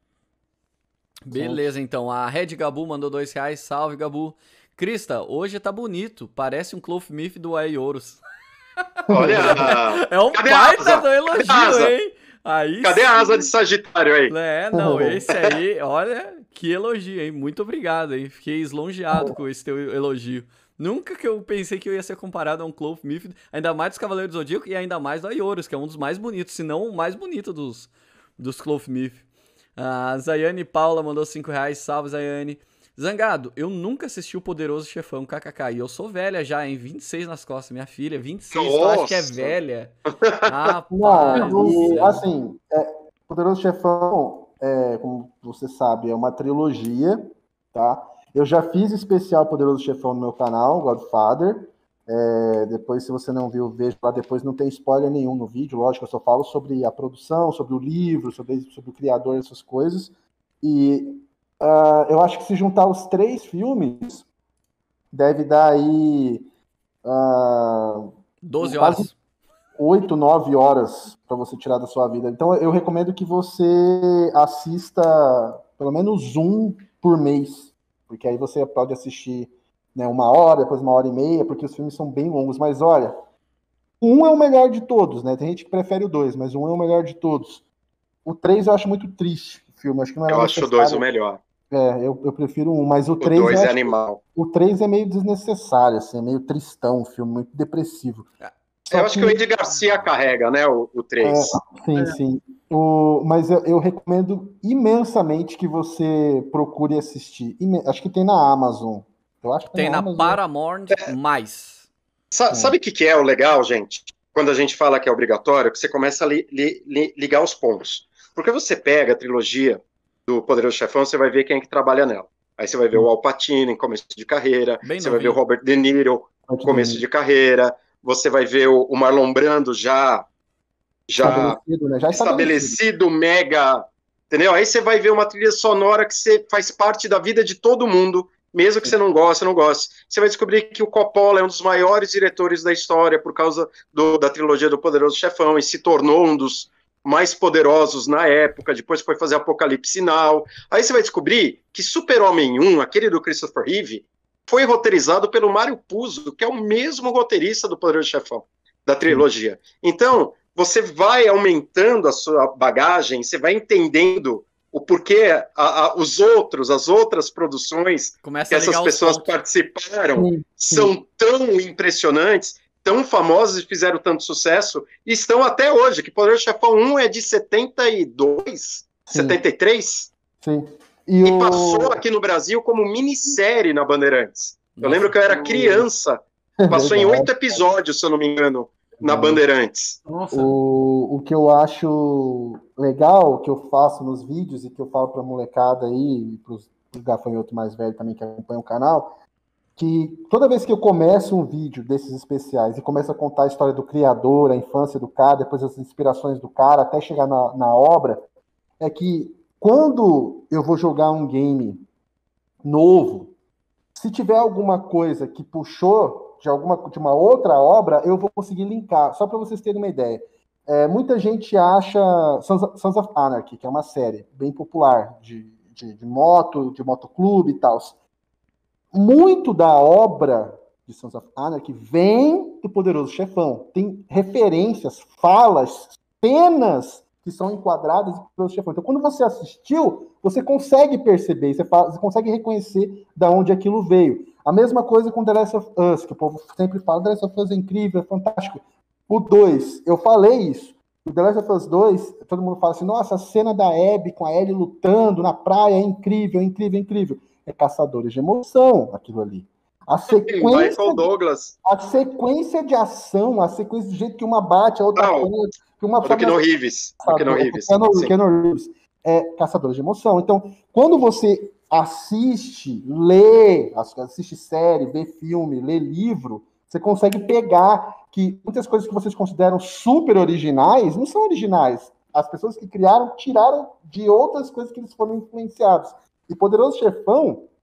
Beleza, então. A Red Gabu mandou dois reais. Salve, Gabu. Crista, hoje tá bonito. Parece um Clothmith do Aioros. Olha! É um Cadê a baita asa? do elogio, Cadê a asa? hein? Aí Cadê sim. a asa de Sagitário aí? É, não, esse aí, olha, que elogio, hein? Muito obrigado, hein? Fiquei lisonjeado com esse teu elogio. Nunca que eu pensei que eu ia ser comparado a um Clothmith, ainda mais dos Cavaleiros do Zodíaco e ainda mais do Aioros, que é um dos mais bonitos, se não o mais bonito dos, dos Clothmith. A Zayane Paula mandou cinco reais, salve Zayane. Zangado, eu nunca assisti o Poderoso Chefão, kkk, e eu sou velha já, hein, vinte e seis nas costas, minha filha, vinte e seis, tu acha que é Nossa. velha? Rapaz Não, do e, céu. assim, é, Poderoso Chefão, é, como você sabe, é uma trilogia, tá? Eu já fiz especial Poderoso Chefão no meu canal, Godfather. É, depois, se você não viu, veja lá. Depois não tem spoiler nenhum no vídeo, lógico, eu só falo sobre a produção, sobre o livro, sobre, sobre o criador, essas coisas. E uh, eu acho que se juntar os três filmes, deve dar aí uh, doze quase horas. oito, nove horas para você tirar da sua vida. Então eu recomendo que você assista pelo menos um por mês, porque aí você pode assistir, né, uma hora, depois uma hora e meia, porque os filmes são bem longos. Mas olha, um é o melhor de todos, né? Tem gente que prefere o dois, mas um é o melhor de todos. O três eu acho muito triste, o filme. Acho que não era Eu acho o necessário. dois o melhor. É, eu, eu prefiro um, mas o O três dois eu é acho animal. que o três é meio desnecessário, assim, é meio tristão o filme, muito depressivo. Só Eu acho que o Eddie Garcia carrega, né, o, o três. É, sim, sim. O, mas eu, eu recomendo imensamente que você procure assistir. Imen- Acho que tem na Amazon. Eu acho que tem, Tem na Amazon. Paramount mais. Sa- Sabe o que, que é o legal, gente? Quando a gente fala que é obrigatório, que você começa a li- li- li- ligar os pontos. Porque você pega a trilogia do Poderoso Chefão, você vai ver quem é que trabalha nela. Aí você vai ver o Al Pacino em começo de carreira, Bem você vai ver o novinho. Robert De Niro em começo de carreira, você vai ver o, o Marlon Brando já, já Estabelecido, né? Já estabelecido. estabelecido, mega, entendeu? Aí você vai ver uma trilha sonora que você faz parte da vida de todo mundo, mesmo que você não goste, não goste. Você vai descobrir que o Coppola é um dos maiores diretores da história por causa do, da trilogia do Poderoso Chefão e se tornou um dos mais poderosos na época, depois foi fazer Apocalipse Now. Aí você vai descobrir que Super-Homem um, aquele do Christopher Reeve, foi roteirizado pelo Mário Puzo, que é o mesmo roteirista do Poderoso Chefão, da trilogia. Então, você vai aumentando a sua bagagem, você vai entendendo o porquê a, a, os outros, as outras produções Começa que a essas ligar os pessoas pontos. participaram Sim, sim. são tão impressionantes, tão famosas e fizeram tanto sucesso, e estão até hoje, que Poderoso Chefão um é de setenta e dois, Sim. setenta e três, Sim. e, E, o... passou aqui no Brasil como minissérie na Bandeirantes. Eu Nossa. lembro que eu era criança, passou em Verdade. oito episódios, se eu não me engano, na Uhum. Bandeirantes. Nossa. O, o que eu acho legal, que eu faço nos vídeos e que eu falo pra molecada aí, e pros, pros gafanhotos mais velhos também que acompanham o canal, que toda vez que eu começo um vídeo desses especiais e começo a contar a história do criador, a infância do cara, depois as inspirações do cara, até chegar na, na obra, é que quando eu vou jogar um game novo, se tiver alguma coisa que puxou de, alguma, de uma outra obra, eu vou conseguir linkar. Só para vocês terem uma ideia. É, muita gente acha Sons of, Sons of Anarchy, que é uma série bem popular de, de, de moto, de motoclube e tal. Muito da obra de Sons of Anarchy vem do Poderoso Chefão. Tem referências, falas, cenas que são enquadradas do Poderoso Chefão. Então, quando você assistiu, você consegue perceber, você, fala, você consegue reconhecer de onde aquilo veio. A mesma coisa com The Last of Us, que o povo sempre fala, The Last of Us é incrível, é fantástico. O dois, eu falei isso. O The Last of Us dois, todo mundo fala assim, nossa, a cena da Abby com a Ellie lutando na praia é incrível, é incrível, é incrível. É Caçadores de Emoção, aquilo ali. A sequência, Michael Douglas. a sequência de ação, a sequência do jeito que uma bate, a outra Não, pula, que uma do Keanu Reeves. Do Keanu Reeves. Keanu, Keanu Reeves. É Caçadores de Emoção. Então, quando você assiste, lê, assiste série, vê filme, lê livro, você consegue pegar que muitas coisas que vocês consideram super originais não são originais. As pessoas que criaram, tiraram de outras coisas que eles foram influenciados. E Poderoso Chefão,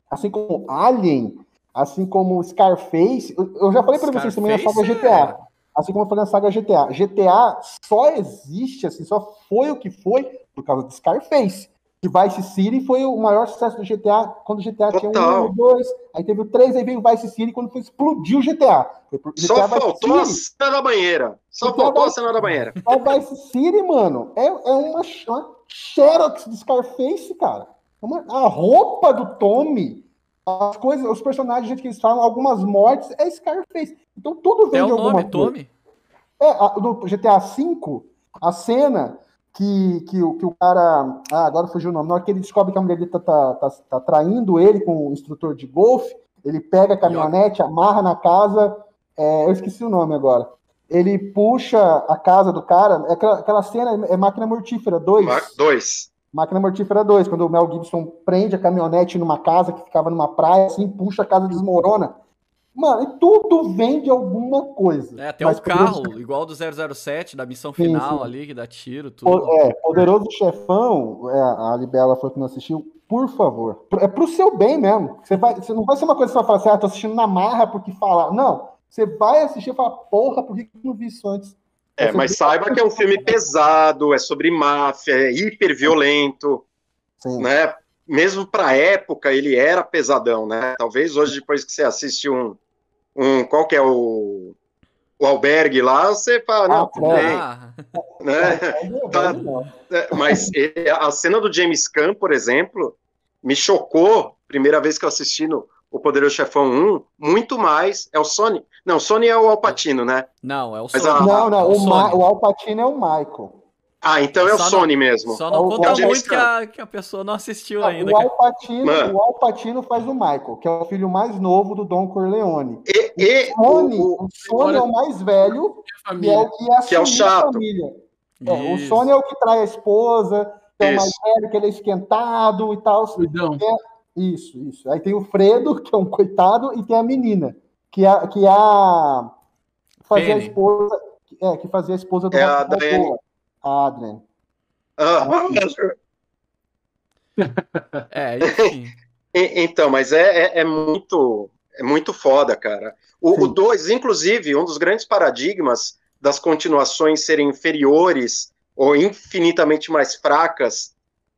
assim como Alien, assim como Scarface. Eu, eu já falei pra vocês também na saga G T A. é- Assim como eu falei na saga G T A. G T A só existe, assim, só foi o que foi por causa de Scarface. Que Vice City foi o maior sucesso do G T A quando o G T A tinha Total. um, dois, aí teve o três, aí veio o Vice City quando foi explodir o G T A. Foi por- G T A Só Vice faltou a City. cena da banheira. Só G T A faltou a Vice- cena da banheira. A Vice City, mano, é, é uma, uma Xerox de Scarface, cara. É Uma- a roupa do Tommy, as coisas, os personagens, do jeito que eles falam, algumas mortes, é Scarface. Então tudo Até vem de o alguma nome, coisa. Tommy. É, a- no G T A V, a cena que, que, o- que o cara. Ah, agora fugiu o nome. Na hora que ele descobre que a mulher dele tá, tá, tá, tá traindo ele com o instrutor de golfe, ele pega a caminhonete, amarra na casa. É, eu esqueci o nome agora. Ele puxa a casa do cara. É aquela, aquela cena é Máquina Mortífera dois. Mar- Dois. Máquina Mortífera dois, quando o Mel Gibson prende a caminhonete numa casa que ficava numa praia, assim, puxa a casa desmorona. Mano, e tudo vem de alguma coisa. É, até Mas o carro, igual do zero zero sete, da missão Sim, final sim. ali, que dá tiro, tudo. Po- É, Poderoso Chefão, é, a Libela falou que não assistiu, por favor. É pro seu bem mesmo. Você, vai, você não vai ser uma coisa que você vai falar assim, ah, tô assistindo na marra porque fala. Não, você vai assistir e fala, porra, por que que eu não vi isso antes? É, Você mas vê- saiba que é um filme pesado, é sobre máfia, é hiper violento, Sim. né? Mesmo pra época ele era pesadão, né? Talvez hoje, depois que você assiste um, um qual que é o, o albergue lá, você fala, não, Ah, tudo é. bem, Ah, né? Não, Tá. não, não. É, mas é, a cena do James Caan, por exemplo, me chocou, primeira vez que eu assisti no O Poderoso Chefão um, muito mais, é o Sony, não, o Sony é o Al Pacino, né? não, é o Mas Sony. a- Não, não, é o, Ma, Sony. o Al Pacino é o Michael. Ah, então é o Só Sony não- mesmo. Só É não o- conta é o James muito que a, que a pessoa não assistiu ainda. O Al Pacino, Mano. o Al Pacino faz o Michael, que é o filho mais novo do Don Corleone. E, e O Sony, o, o- o Sony é o mais velho e é Família. o que assumiu Que é o chato. a família. É, o Isso. Sony é o que trai a esposa, que é o mais Isso. velho, que ele é esquentado e tal. Cuidão. Isso, isso. Aí tem o Fredo, que é um coitado, e tem a menina, que é, a- que é a fazia a Penny. esposa, é, que fazia a esposa do É a Rocky Diane. Balboa, a Adrian. Ah, É, enfim. e- então, mas é, é, é muito é muito foda, cara. O Sim. dois, inclusive, um dos grandes paradigmas das continuações serem inferiores ou infinitamente mais fracas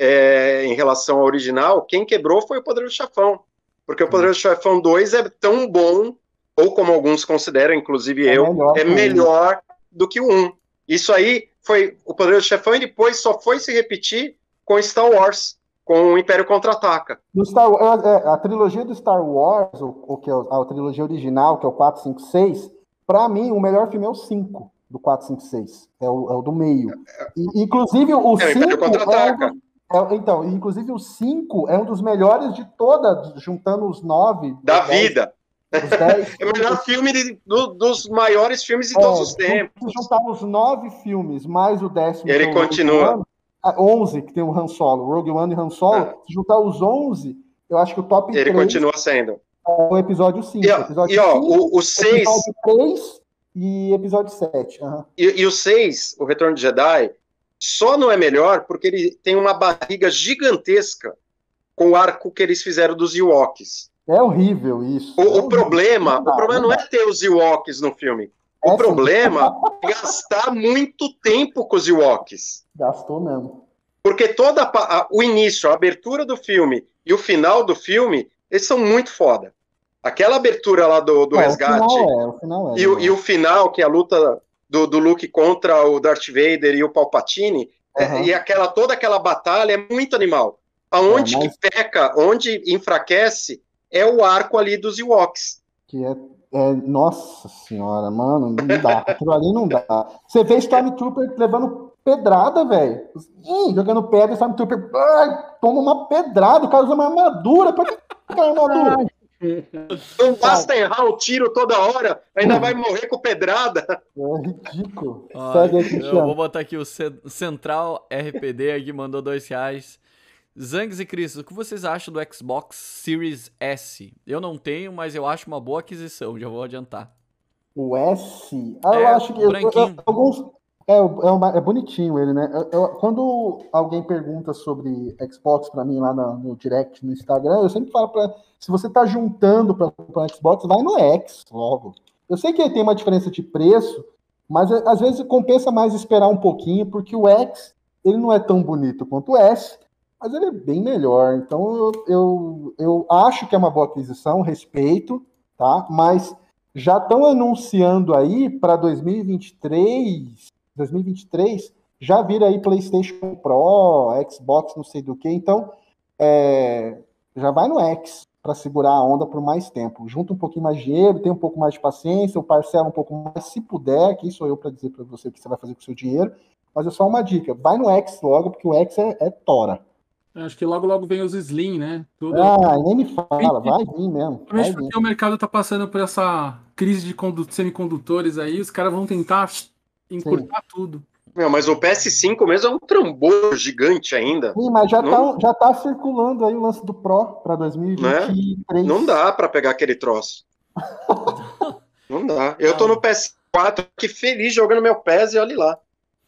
é, em relação ao original, quem quebrou foi o Poderoso Chefão. Porque o Poderoso Chefão dois é tão bom, ou como alguns consideram, inclusive É eu, melhor é que o um. melhor do que o um. Isso aí foi o Poderoso Chefão e depois só foi se repetir com Star Wars, com o Império Contra-Ataca. No Star Wars, é, é, a trilogia do Star Wars, o, o que é o- a, trilogia original, que é o quatro, cinco, seis, pra mim, o melhor filme é o cinco, do quatro, cinco, seis. É o, é o do meio. E, inclusive, o É o Império cinco é um Contra-Ataca. dos- é- então, inclusive o cinco é um dos melhores de toda, juntando os nove. Da os dez, vida. Os dez, É o melhor filme de- do- dos maiores filmes de é, todos os se tempos. juntar os nove filmes, mais o décimo. Ele que é o Rogue continua. One, ah, onze, que tem o Han Solo, Rogue One e Han Solo. Ah. Se juntar os onze, eu acho que o top Ele três continua sendo. é o episódio cinco. E, ó, episódio e, ó, cinco, o, o seis episódio três e episódio sete. Aham. e, e o seis, o Retorno de Jedi, só não é melhor porque ele tem uma barriga gigantesca com o arco que eles fizeram dos Ewoks. É horrível isso. O, É o horrível. problema, Não dá, o problema não não é ter os Ewoks no filme. É O sim. problema é gastar muito tempo com os Ewoks. Gastou mesmo. Porque toda a pa- a- o início, a abertura do filme e o final do filme, eles são muito foda. Aquela abertura lá do, do É, resgate O final é, o final é. e, o, e o final, que é a luta do, do Luke contra o Darth Vader e o Palpatine, é, Aham. e aquela, toda aquela batalha é muito animal. Aonde É, mas- que peca, onde enfraquece, é o arco ali dos Ewoks. Que é, é- Nossa senhora, mano, não dá. Aquilo ali não dá. Você vê Stormtrooper levando pedrada, velho. Ih, jogando pedra, Stormtrooper. Ai, toma uma pedrada, o cara usa uma armadura. Pra que aquela armadura? Não basta errar o tiro toda hora, ainda vai morrer com pedrada. É ridículo. Ó, Segue aí, eu Cristiano. vou botar aqui o Ce- Central R P D aqui, mandou dois reais. Zangs e Cris, o que vocês acham do Xbox Series S? Eu não tenho, mas eu acho uma boa aquisição, já vou adiantar. O S. Ah, eu É, acho que. eu- eu- branquinho. alguns, É, é, uma, é bonitinho ele, né? Eu, eu, quando alguém pergunta sobre Xbox pra mim lá no, no direct no Instagram, eu sempre falo pra. Se você tá juntando pra, pra Xbox, vai no X logo. Eu sei que tem uma diferença de preço, mas às vezes compensa mais esperar um pouquinho, porque o X ele não é tão bonito quanto o S, mas ele é bem melhor. Então eu, eu, eu acho que é uma boa aquisição, respeito, tá? Mas já estão anunciando aí para dois mil e vinte e três. dois mil e vinte e três já vira aí PlayStation Pro, Xbox, não sei do que, então é, já vai no X para segurar a onda por mais tempo. Junta um pouquinho mais de dinheiro, tem um pouco mais de paciência, ou parcela um pouco mais, se puder. Quem sou eu para dizer para você o que você vai fazer com o seu dinheiro? Mas é só uma dica, vai no X logo, porque o X é, é tora. Acho que logo logo vem os Slim, né? Tudo... Ah, nem me fala, vai vir mesmo. Vai porque vir. o mercado tá passando por essa crise de condu- semicondutores aí, os caras vão tentar encurtar Sim. tudo. Meu, mas o P S cinco mesmo é um trambolho gigante ainda. Sim, mas já, não... tá, já tá circulando aí o lance do Pro para dois mil e vinte e três. Não, é? Não dá para pegar aquele troço. Não dá. Eu tô no P S quatro aqui feliz jogando meu P E S e olha lá.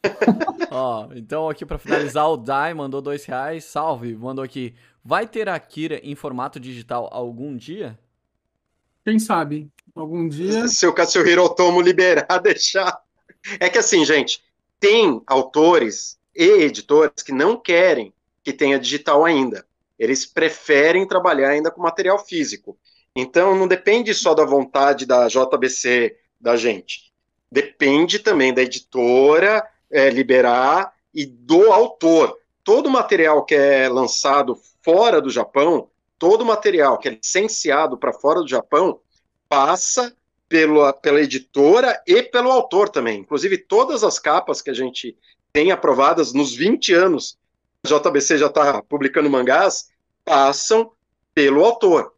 Ó, então aqui para finalizar, o Dai mandou dois reais. Salve, mandou aqui. Vai ter Akira em formato digital algum dia? Quem sabe? Algum dia. Se o Katsuhiro Otomo liberar, deixar. É que assim, gente, tem autores e editores que não querem que tenha digital ainda. Eles preferem trabalhar ainda com material físico. Então, não depende só da vontade da J B C da gente. Depende também da editora é, liberar e do autor. Todo material que é lançado fora do Japão, todo material que é licenciado para fora do Japão, passa pela, pela editora e pelo autor também. Inclusive, todas as capas que a gente tem aprovadas nos vinte anos, a J B C já está publicando mangás, passam pelo autor.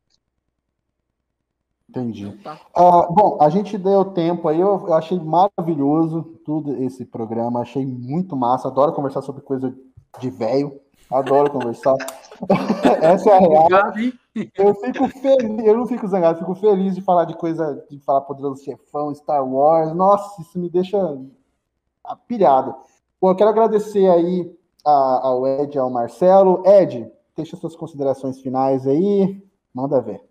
Entendi. Uh, bom, a gente deu tempo aí, eu, eu achei maravilhoso tudo esse programa, achei muito massa, adoro conversar sobre coisa de velho, adoro conversar. Essa é a real. Eu fico feliz, eu não fico zangado, fico feliz de falar de coisa, de falar Poderoso Chefão, Star Wars, nossa, isso me deixa pilhado. Bom, eu quero agradecer aí a, ao Ed e ao Marcelo. Ed, deixa suas considerações finais aí, manda ver.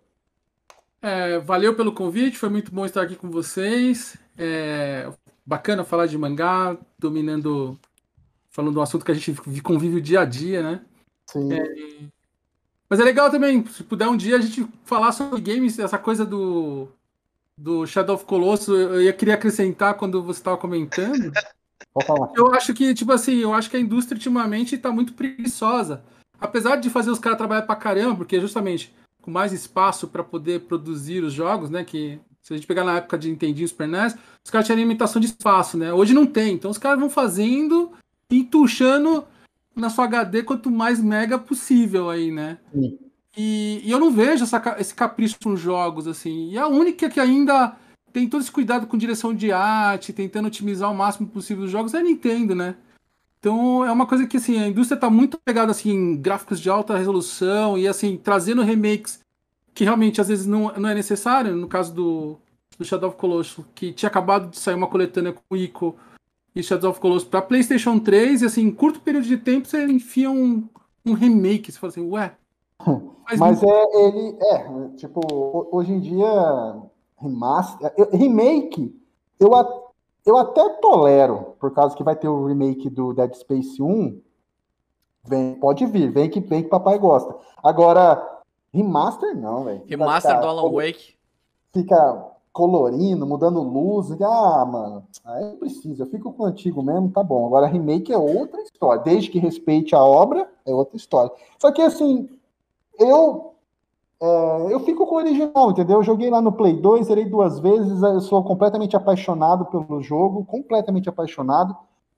É, valeu pelo convite, foi muito bom estar aqui com vocês. É, bacana falar de mangá, dominando, falando de um assunto que a gente convive o dia a dia, né? Sim. É, mas é legal também, se puder um dia a gente falar sobre games, essa coisa do, do Shadow of Colossus, eu ia querer acrescentar quando você estava comentando. Eu acho que, tipo assim, eu acho que a indústria ultimamente está muito preguiçosa. Apesar de fazer os caras trabalhar pra caramba, porque justamente com mais espaço para poder produzir os jogos, né? Que se a gente pegar na época de Nintendinho e Super N E S, os caras tinham limitação de espaço, né? Hoje não tem. Então os caras vão fazendo e entuchando na sua H D quanto mais mega possível aí, né? Sim. E, e eu não vejo essa, esse capricho com jogos, assim. E a única que ainda tem todo esse cuidado com direção de arte, tentando otimizar o máximo possível os jogos, é a Nintendo, né? Então é uma coisa que assim, a indústria está muito pegada assim, em gráficos de alta resolução e assim, trazendo remakes que realmente às vezes não, não é necessário. No caso do, do Shadow of Colossus, que tinha acabado de sair uma coletânea com o Ico e Shadow of Colossus para PlayStation três, e assim, em curto período de tempo você enfia um, um remake. Você fala assim, ué. Mas, mas muito... é ele, é, tipo, hoje em dia, remaster, remake, eu até. Eu até tolero, por causa que vai ter o remake do Dead Space um. Vem, pode vir, vem que, vem que papai gosta. Agora, remaster não, velho. Remaster do Alan Wake. Fica colorindo, mudando luz. Ah, mano, aí não precisa. Eu fico com o antigo mesmo, tá bom. Agora, remake é outra história. Desde que respeite a obra, é outra história. Só que, assim, eu... É, eu fico com o original, entendeu? Eu joguei lá no Play dois, zerei duas vezes, eu sou completamente apaixonado pelo jogo, completamente apaixonado.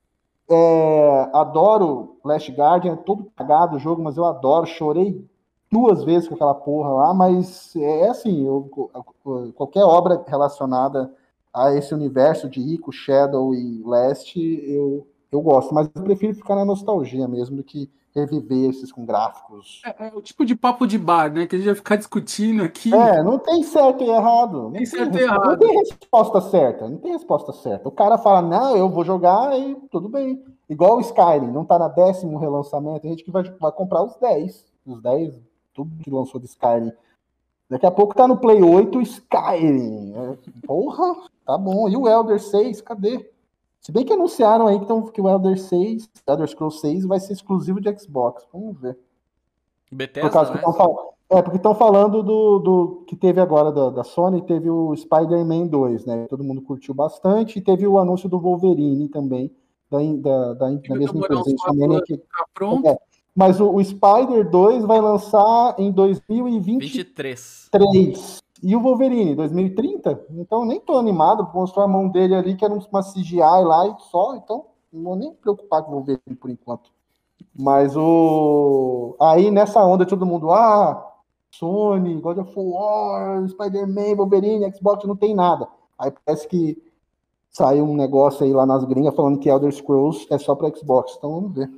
É, adoro Last Guardian, é todo cagado o jogo, mas eu adoro, chorei duas vezes com aquela porra lá, mas é assim, eu, qualquer obra relacionada a esse universo de Ico, Shadow e Last, eu, eu gosto, mas eu prefiro ficar na nostalgia mesmo do que reviver esses com gráficos. É, é o tipo de papo de bar, né? Que a gente vai ficar discutindo aqui. É, não tem certo e errado. Não tem certo e res- errado. Não tem resposta certa. Não tem resposta certa. O cara fala, não, eu vou jogar e tudo bem. Igual o Skyrim, não tá na décimo relançamento. Tem gente que vai, vai comprar os dez. Os dez, tudo que lançou de Skyrim. Daqui a pouco tá no Play oito o Skyrim. É, porra, tá bom. E o Elder seis, cadê? Se bem que anunciaram aí que, tão, que o Elder seis, Elder Scrolls seis vai ser exclusivo de Xbox. Vamos ver. Bethesda, Por causa né? que tão fal... É, porque estão falando do, do que teve agora da, da Sony, teve o Spider-Man dois, né? Todo mundo curtiu bastante, e teve o anúncio do Wolverine também, da, da, da, da mesma demorar empresa. uns quatro anos Que... pra ficar pronto. É. Mas o, o Spider dois vai lançar em dois mil e vinte e três. vinte e três. E o Wolverine, dois mil e trinta? Então nem tô animado, mostrou a mão dele ali, que era uma C G I lá e só, então não vou nem me preocupar com o Wolverine por enquanto. Mas o... Aí nessa onda todo mundo, ah, Sony, God of War, Spider-Man, Wolverine, Xbox, não tem nada. Aí parece que saiu um negócio aí lá nas gringas falando que Elder Scrolls é só para Xbox, então vamos ver.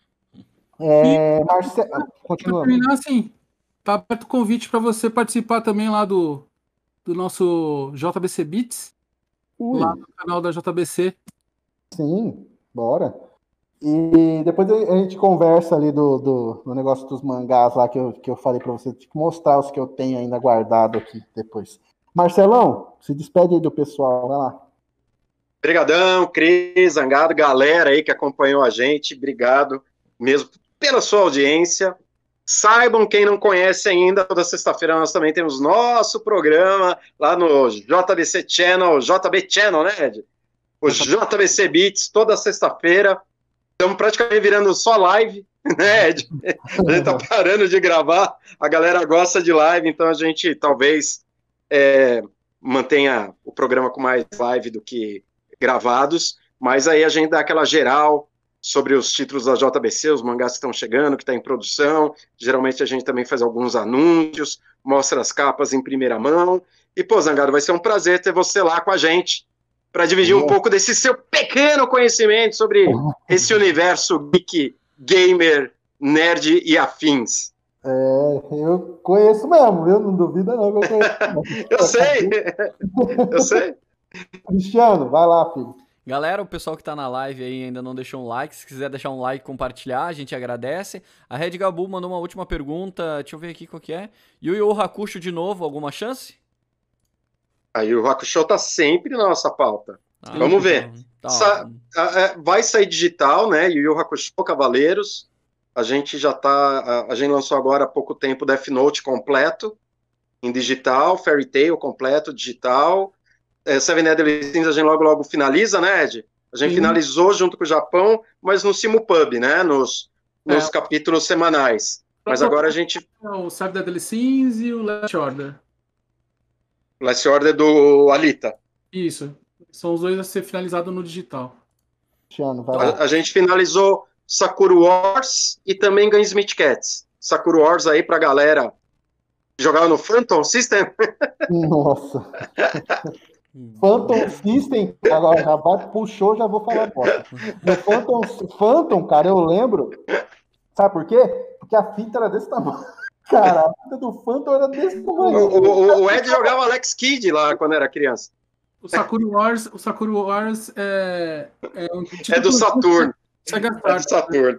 É, Marcelo, Pra continuando. terminar, assim, tá aberto o convite para você participar também lá do, do nosso J B C Beats, Ui, lá no canal da J B C. sim, bora. E depois a gente conversa ali do, do, do negócio dos mangás lá que eu, que eu falei para você, tipo, mostrar os que eu tenho ainda guardado aqui depois. Marcelão, se despede aí do pessoal, vai lá. Obrigadão, Cris, Zangado, galera aí que acompanhou a gente, obrigado mesmo pela sua audiência. Saibam, quem não conhece ainda, toda sexta-feira nós também temos nosso programa lá no J B C Channel, J B Channel, né, Ed? O J B C Beats, toda sexta-feira. Estamos praticamente virando só live, né, Ed? A gente tá parando de gravar, a galera gosta de live, então a gente talvez é, mantenha o programa com mais live do que gravados, mas aí a gente dá aquela geral sobre os títulos da J B C, os mangás que estão chegando, que está em produção. Geralmente a gente também faz alguns anúncios, mostra as capas em primeira mão. E, pô, Zangado, vai ser um prazer ter você lá com a gente para dividir um pouco desse seu pequeno conhecimento sobre esse universo geek, gamer, nerd e afins. É, eu conheço mesmo, viu? Não duvida não que eu conheço. Eu sei, eu sei. Cristiano, vai lá, filho. Galera, o pessoal que tá na live aí ainda não deixou um like. Se quiser deixar um like e compartilhar, a gente agradece. A Red Gabu mandou uma última pergunta. Deixa eu ver aqui qual que é. Yu Yu Hakusho de novo, alguma chance? Aí o Hakusho tá sempre na nossa pauta. Ah, Vamos ver. então, tá. Sa vai sair digital, né? Yu Yu Hakusho Cavaleiros. A gente já tá. A, a gente lançou agora há pouco tempo Death Note completo, em digital, Fairy Tail completo, digital. É, Seven Deadly Sins a gente logo logo finaliza, né, Ed? A gente Sim. finalizou junto com o Japão, mas no Simupub, né? Nos, nos É. capítulos semanais. Mas agora a gente. O Seven Deadly Sins e o Last Order. Last Order do Alita. Isso. São os dois a ser finalizados no digital. Cristiano, vai lá. A, a gente finalizou Sakura Wars e também Gunsmith Cats. Sakura Wars aí pra galera jogar no Phantom System. Nossa. Phantom System, agora já vai, puxou, já vou falar bosta. No Phantom, Phantom, cara, eu lembro. Sabe por quê? Porque a fita era desse tamanho. Cara, a fita do Phantom era desse O, tamanho. o, o Ed jogava Alex Kidd lá quando era criança. O Sakura Wars, o Sakura Wars é, é um tipo É do Saturno. Sega É do Saturn. Saturno.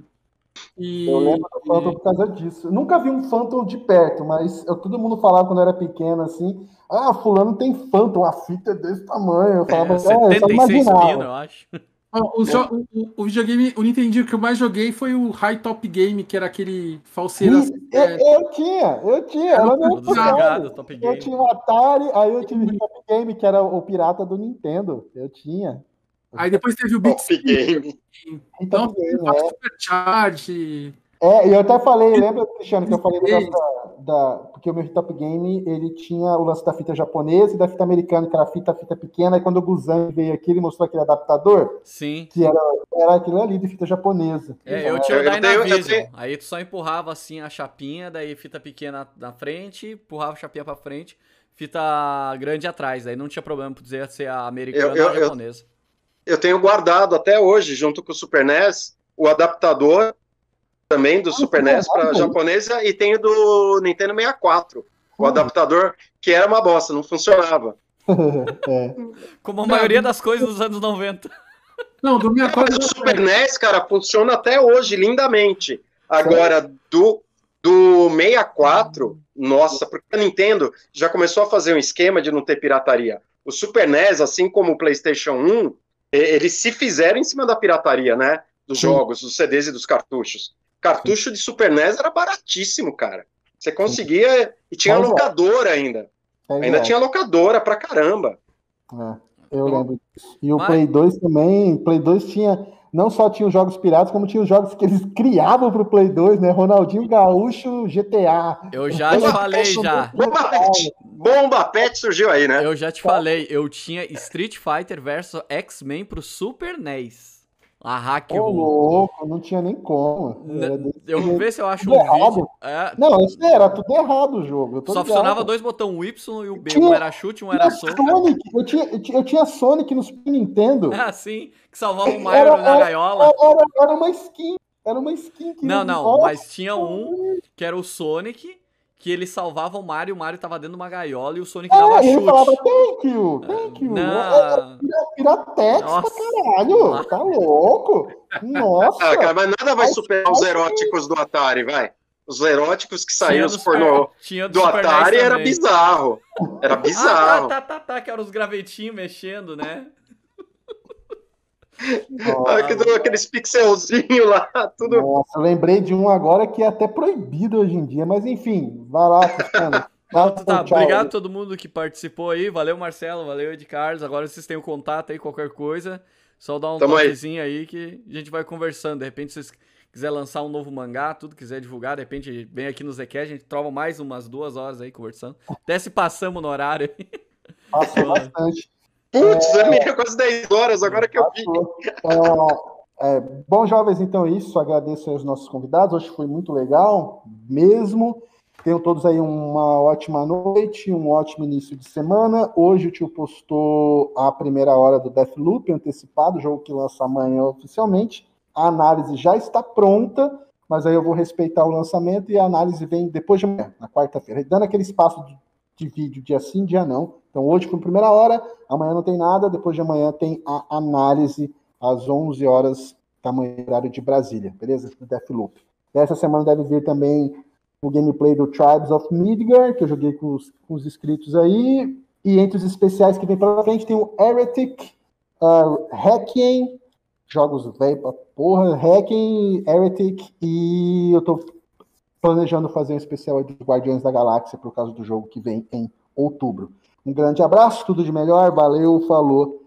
E, Eu lembro do Phantom por causa disso. Eu nunca vi um Phantom de perto, mas eu, todo mundo falava quando eu era pequeno assim: ah, fulano tem Phantom, a fita é desse tamanho. Eu falava, É, é, eu só setenta e seis imaginava. pino, eu acho. ó, o, jo- o- o videogame, o Nintendinho que eu mais joguei foi o High Top Game, que era aquele falseira. E eu, eu tinha, eu tinha, era meu Tudo zangado, Top Eu Game. tinha o Atari, aí eu tive o Top Game, que era o pirata do Nintendo. Eu tinha. Aí depois teve o Beat Top Game. Então, Top Game, teve o é. Supercharge. É, e eu até falei, lembra, Cristiano, que eu falei do lance da, da. Porque o meu Top Game, ele tinha o lance da fita japonesa e da fita americana, que era a fita, a fita pequena, e quando o Guzan veio aqui, ele mostrou aquele adaptador, Sim. que era, era aquilo ali de fita japonesa. É, eu tinha o Eu- eu tenho- eu Dynavision. tenho- Aí tu só empurrava assim a chapinha, daí fita pequena na frente, empurrava a chapinha pra frente, fita grande atrás. Aí não tinha problema por dizer se a americana Eu- eu- ou a eu- japonesa. eu tenho guardado até hoje, junto com o Super N E S, o adaptador também do ah, Super N E S para japonesa e tenho do Nintendo sessenta e quatro. O hum. adaptador que era uma bosta, não funcionava. é. Como a maioria das coisas dos anos noventa. Não, do sessenta e quatro. O Super N E S, cara, funciona até hoje lindamente. Agora, do, do sessenta e quatro, nossa, porque a Nintendo já começou a fazer um esquema de não ter pirataria. O Super N E S, assim como o PlayStation um, eles se fizeram em cima da pirataria, né? Dos Sim. jogos, dos C Ds e dos cartuchos. Cartucho Sim. de Super N E S era baratíssimo, cara. Você conseguia... Sim. E tinha Mas locadora é. ainda. É ainda é. tinha locadora pra caramba. É, eu lembro disso. E o Mas... Play dois também... Play dois tinha... Não só tinha os jogos piratas, como tinha os jogos que eles criavam pro Play dois, né? Ronaldinho Gaúcho, G T A. Eu já te falei, já. Bomba Pet. Bomba Pet surgiu aí, né? Eu já te falei, eu tinha Street Fighter versus X-Men pro Super N E S. A hack Ô, louco, não tinha nem como. N eu vou ver se eu acho um errado. vídeo. É... Não, isso era tudo errado o jogo. Só ligado. Funcionava dois botões, o Y e o B. Tinha, um era chute, um era soco. Sonic. Eu, tinha, eu, tinha, eu tinha Sonic no Super Nintendo. Ah, sim. Que salvava o Mario era, na era, gaiola. Era, era uma skin. Era uma skin. Que não, não. Não mas tinha um que era o Sonic, que ele salvava o Mario, o Mario tava dentro de uma gaiola e o Sonic é, dava ele chute. falava, thank you, thank you. Não. Piratex pra caralho, Nossa. Tá louco? Nossa. Ah, cara, mas nada vai superar os eróticos do Atari, vai. Os eróticos que saíram os pornô do, do Atari era bizarro. Era bizarro. Ah, tá, tá, tá, tá, que eram os gravetinhos mexendo, né? Oh, aqueles pixelzinhos lá, tudo. Nossa, lembrei de um agora que é até proibido hoje em dia, mas enfim, vai lá, Cristiano. Não, tá, tchau. Obrigado a todo mundo que participou aí, valeu Marcelo, valeu Ed Carlos, agora vocês têm o contato aí, qualquer coisa, só dá um Tamo toquezinho aí. aí que a gente vai conversando, de repente vocês quiser lançar um novo mangá, tudo, quiser divulgar, de repente vem aqui no Zcast, a gente trova mais umas duas horas aí conversando, até se passamos no horário aí. Passou bastante. Putz, é, é quase dez horas, agora que eu vi. É, é, bom, jovens, então é isso. Agradeço aos nossos convidados. Hoje foi muito legal, mesmo. Tenham todos aí uma ótima noite, um ótimo início de semana. Hoje o tio postou a primeira hora do Deathloop antecipado, jogo que lança amanhã oficialmente. A análise já está pronta, mas aí eu vou respeitar o lançamento e a análise vem depois de amanhã, na quarta-feira. Dando aquele espaço de, de vídeo dia sim, dia não. Então hoje foi a primeira hora, amanhã não tem nada, depois de amanhã tem a análise às onze horas da manhã, horário de Brasília, beleza? Do Deathloop. Essa semana deve vir também o gameplay do Tribes of Midgar, que eu joguei com os, com os inscritos aí, e entre os especiais que vem pela frente tem o Heretic, uh, Hacking, jogos velho pra porra, Hacking, Heretic, e eu tô planejando fazer um especial dos Guardiões da Galáxia por causa do jogo que vem em outubro. Um grande abraço, tudo de melhor, valeu, falou.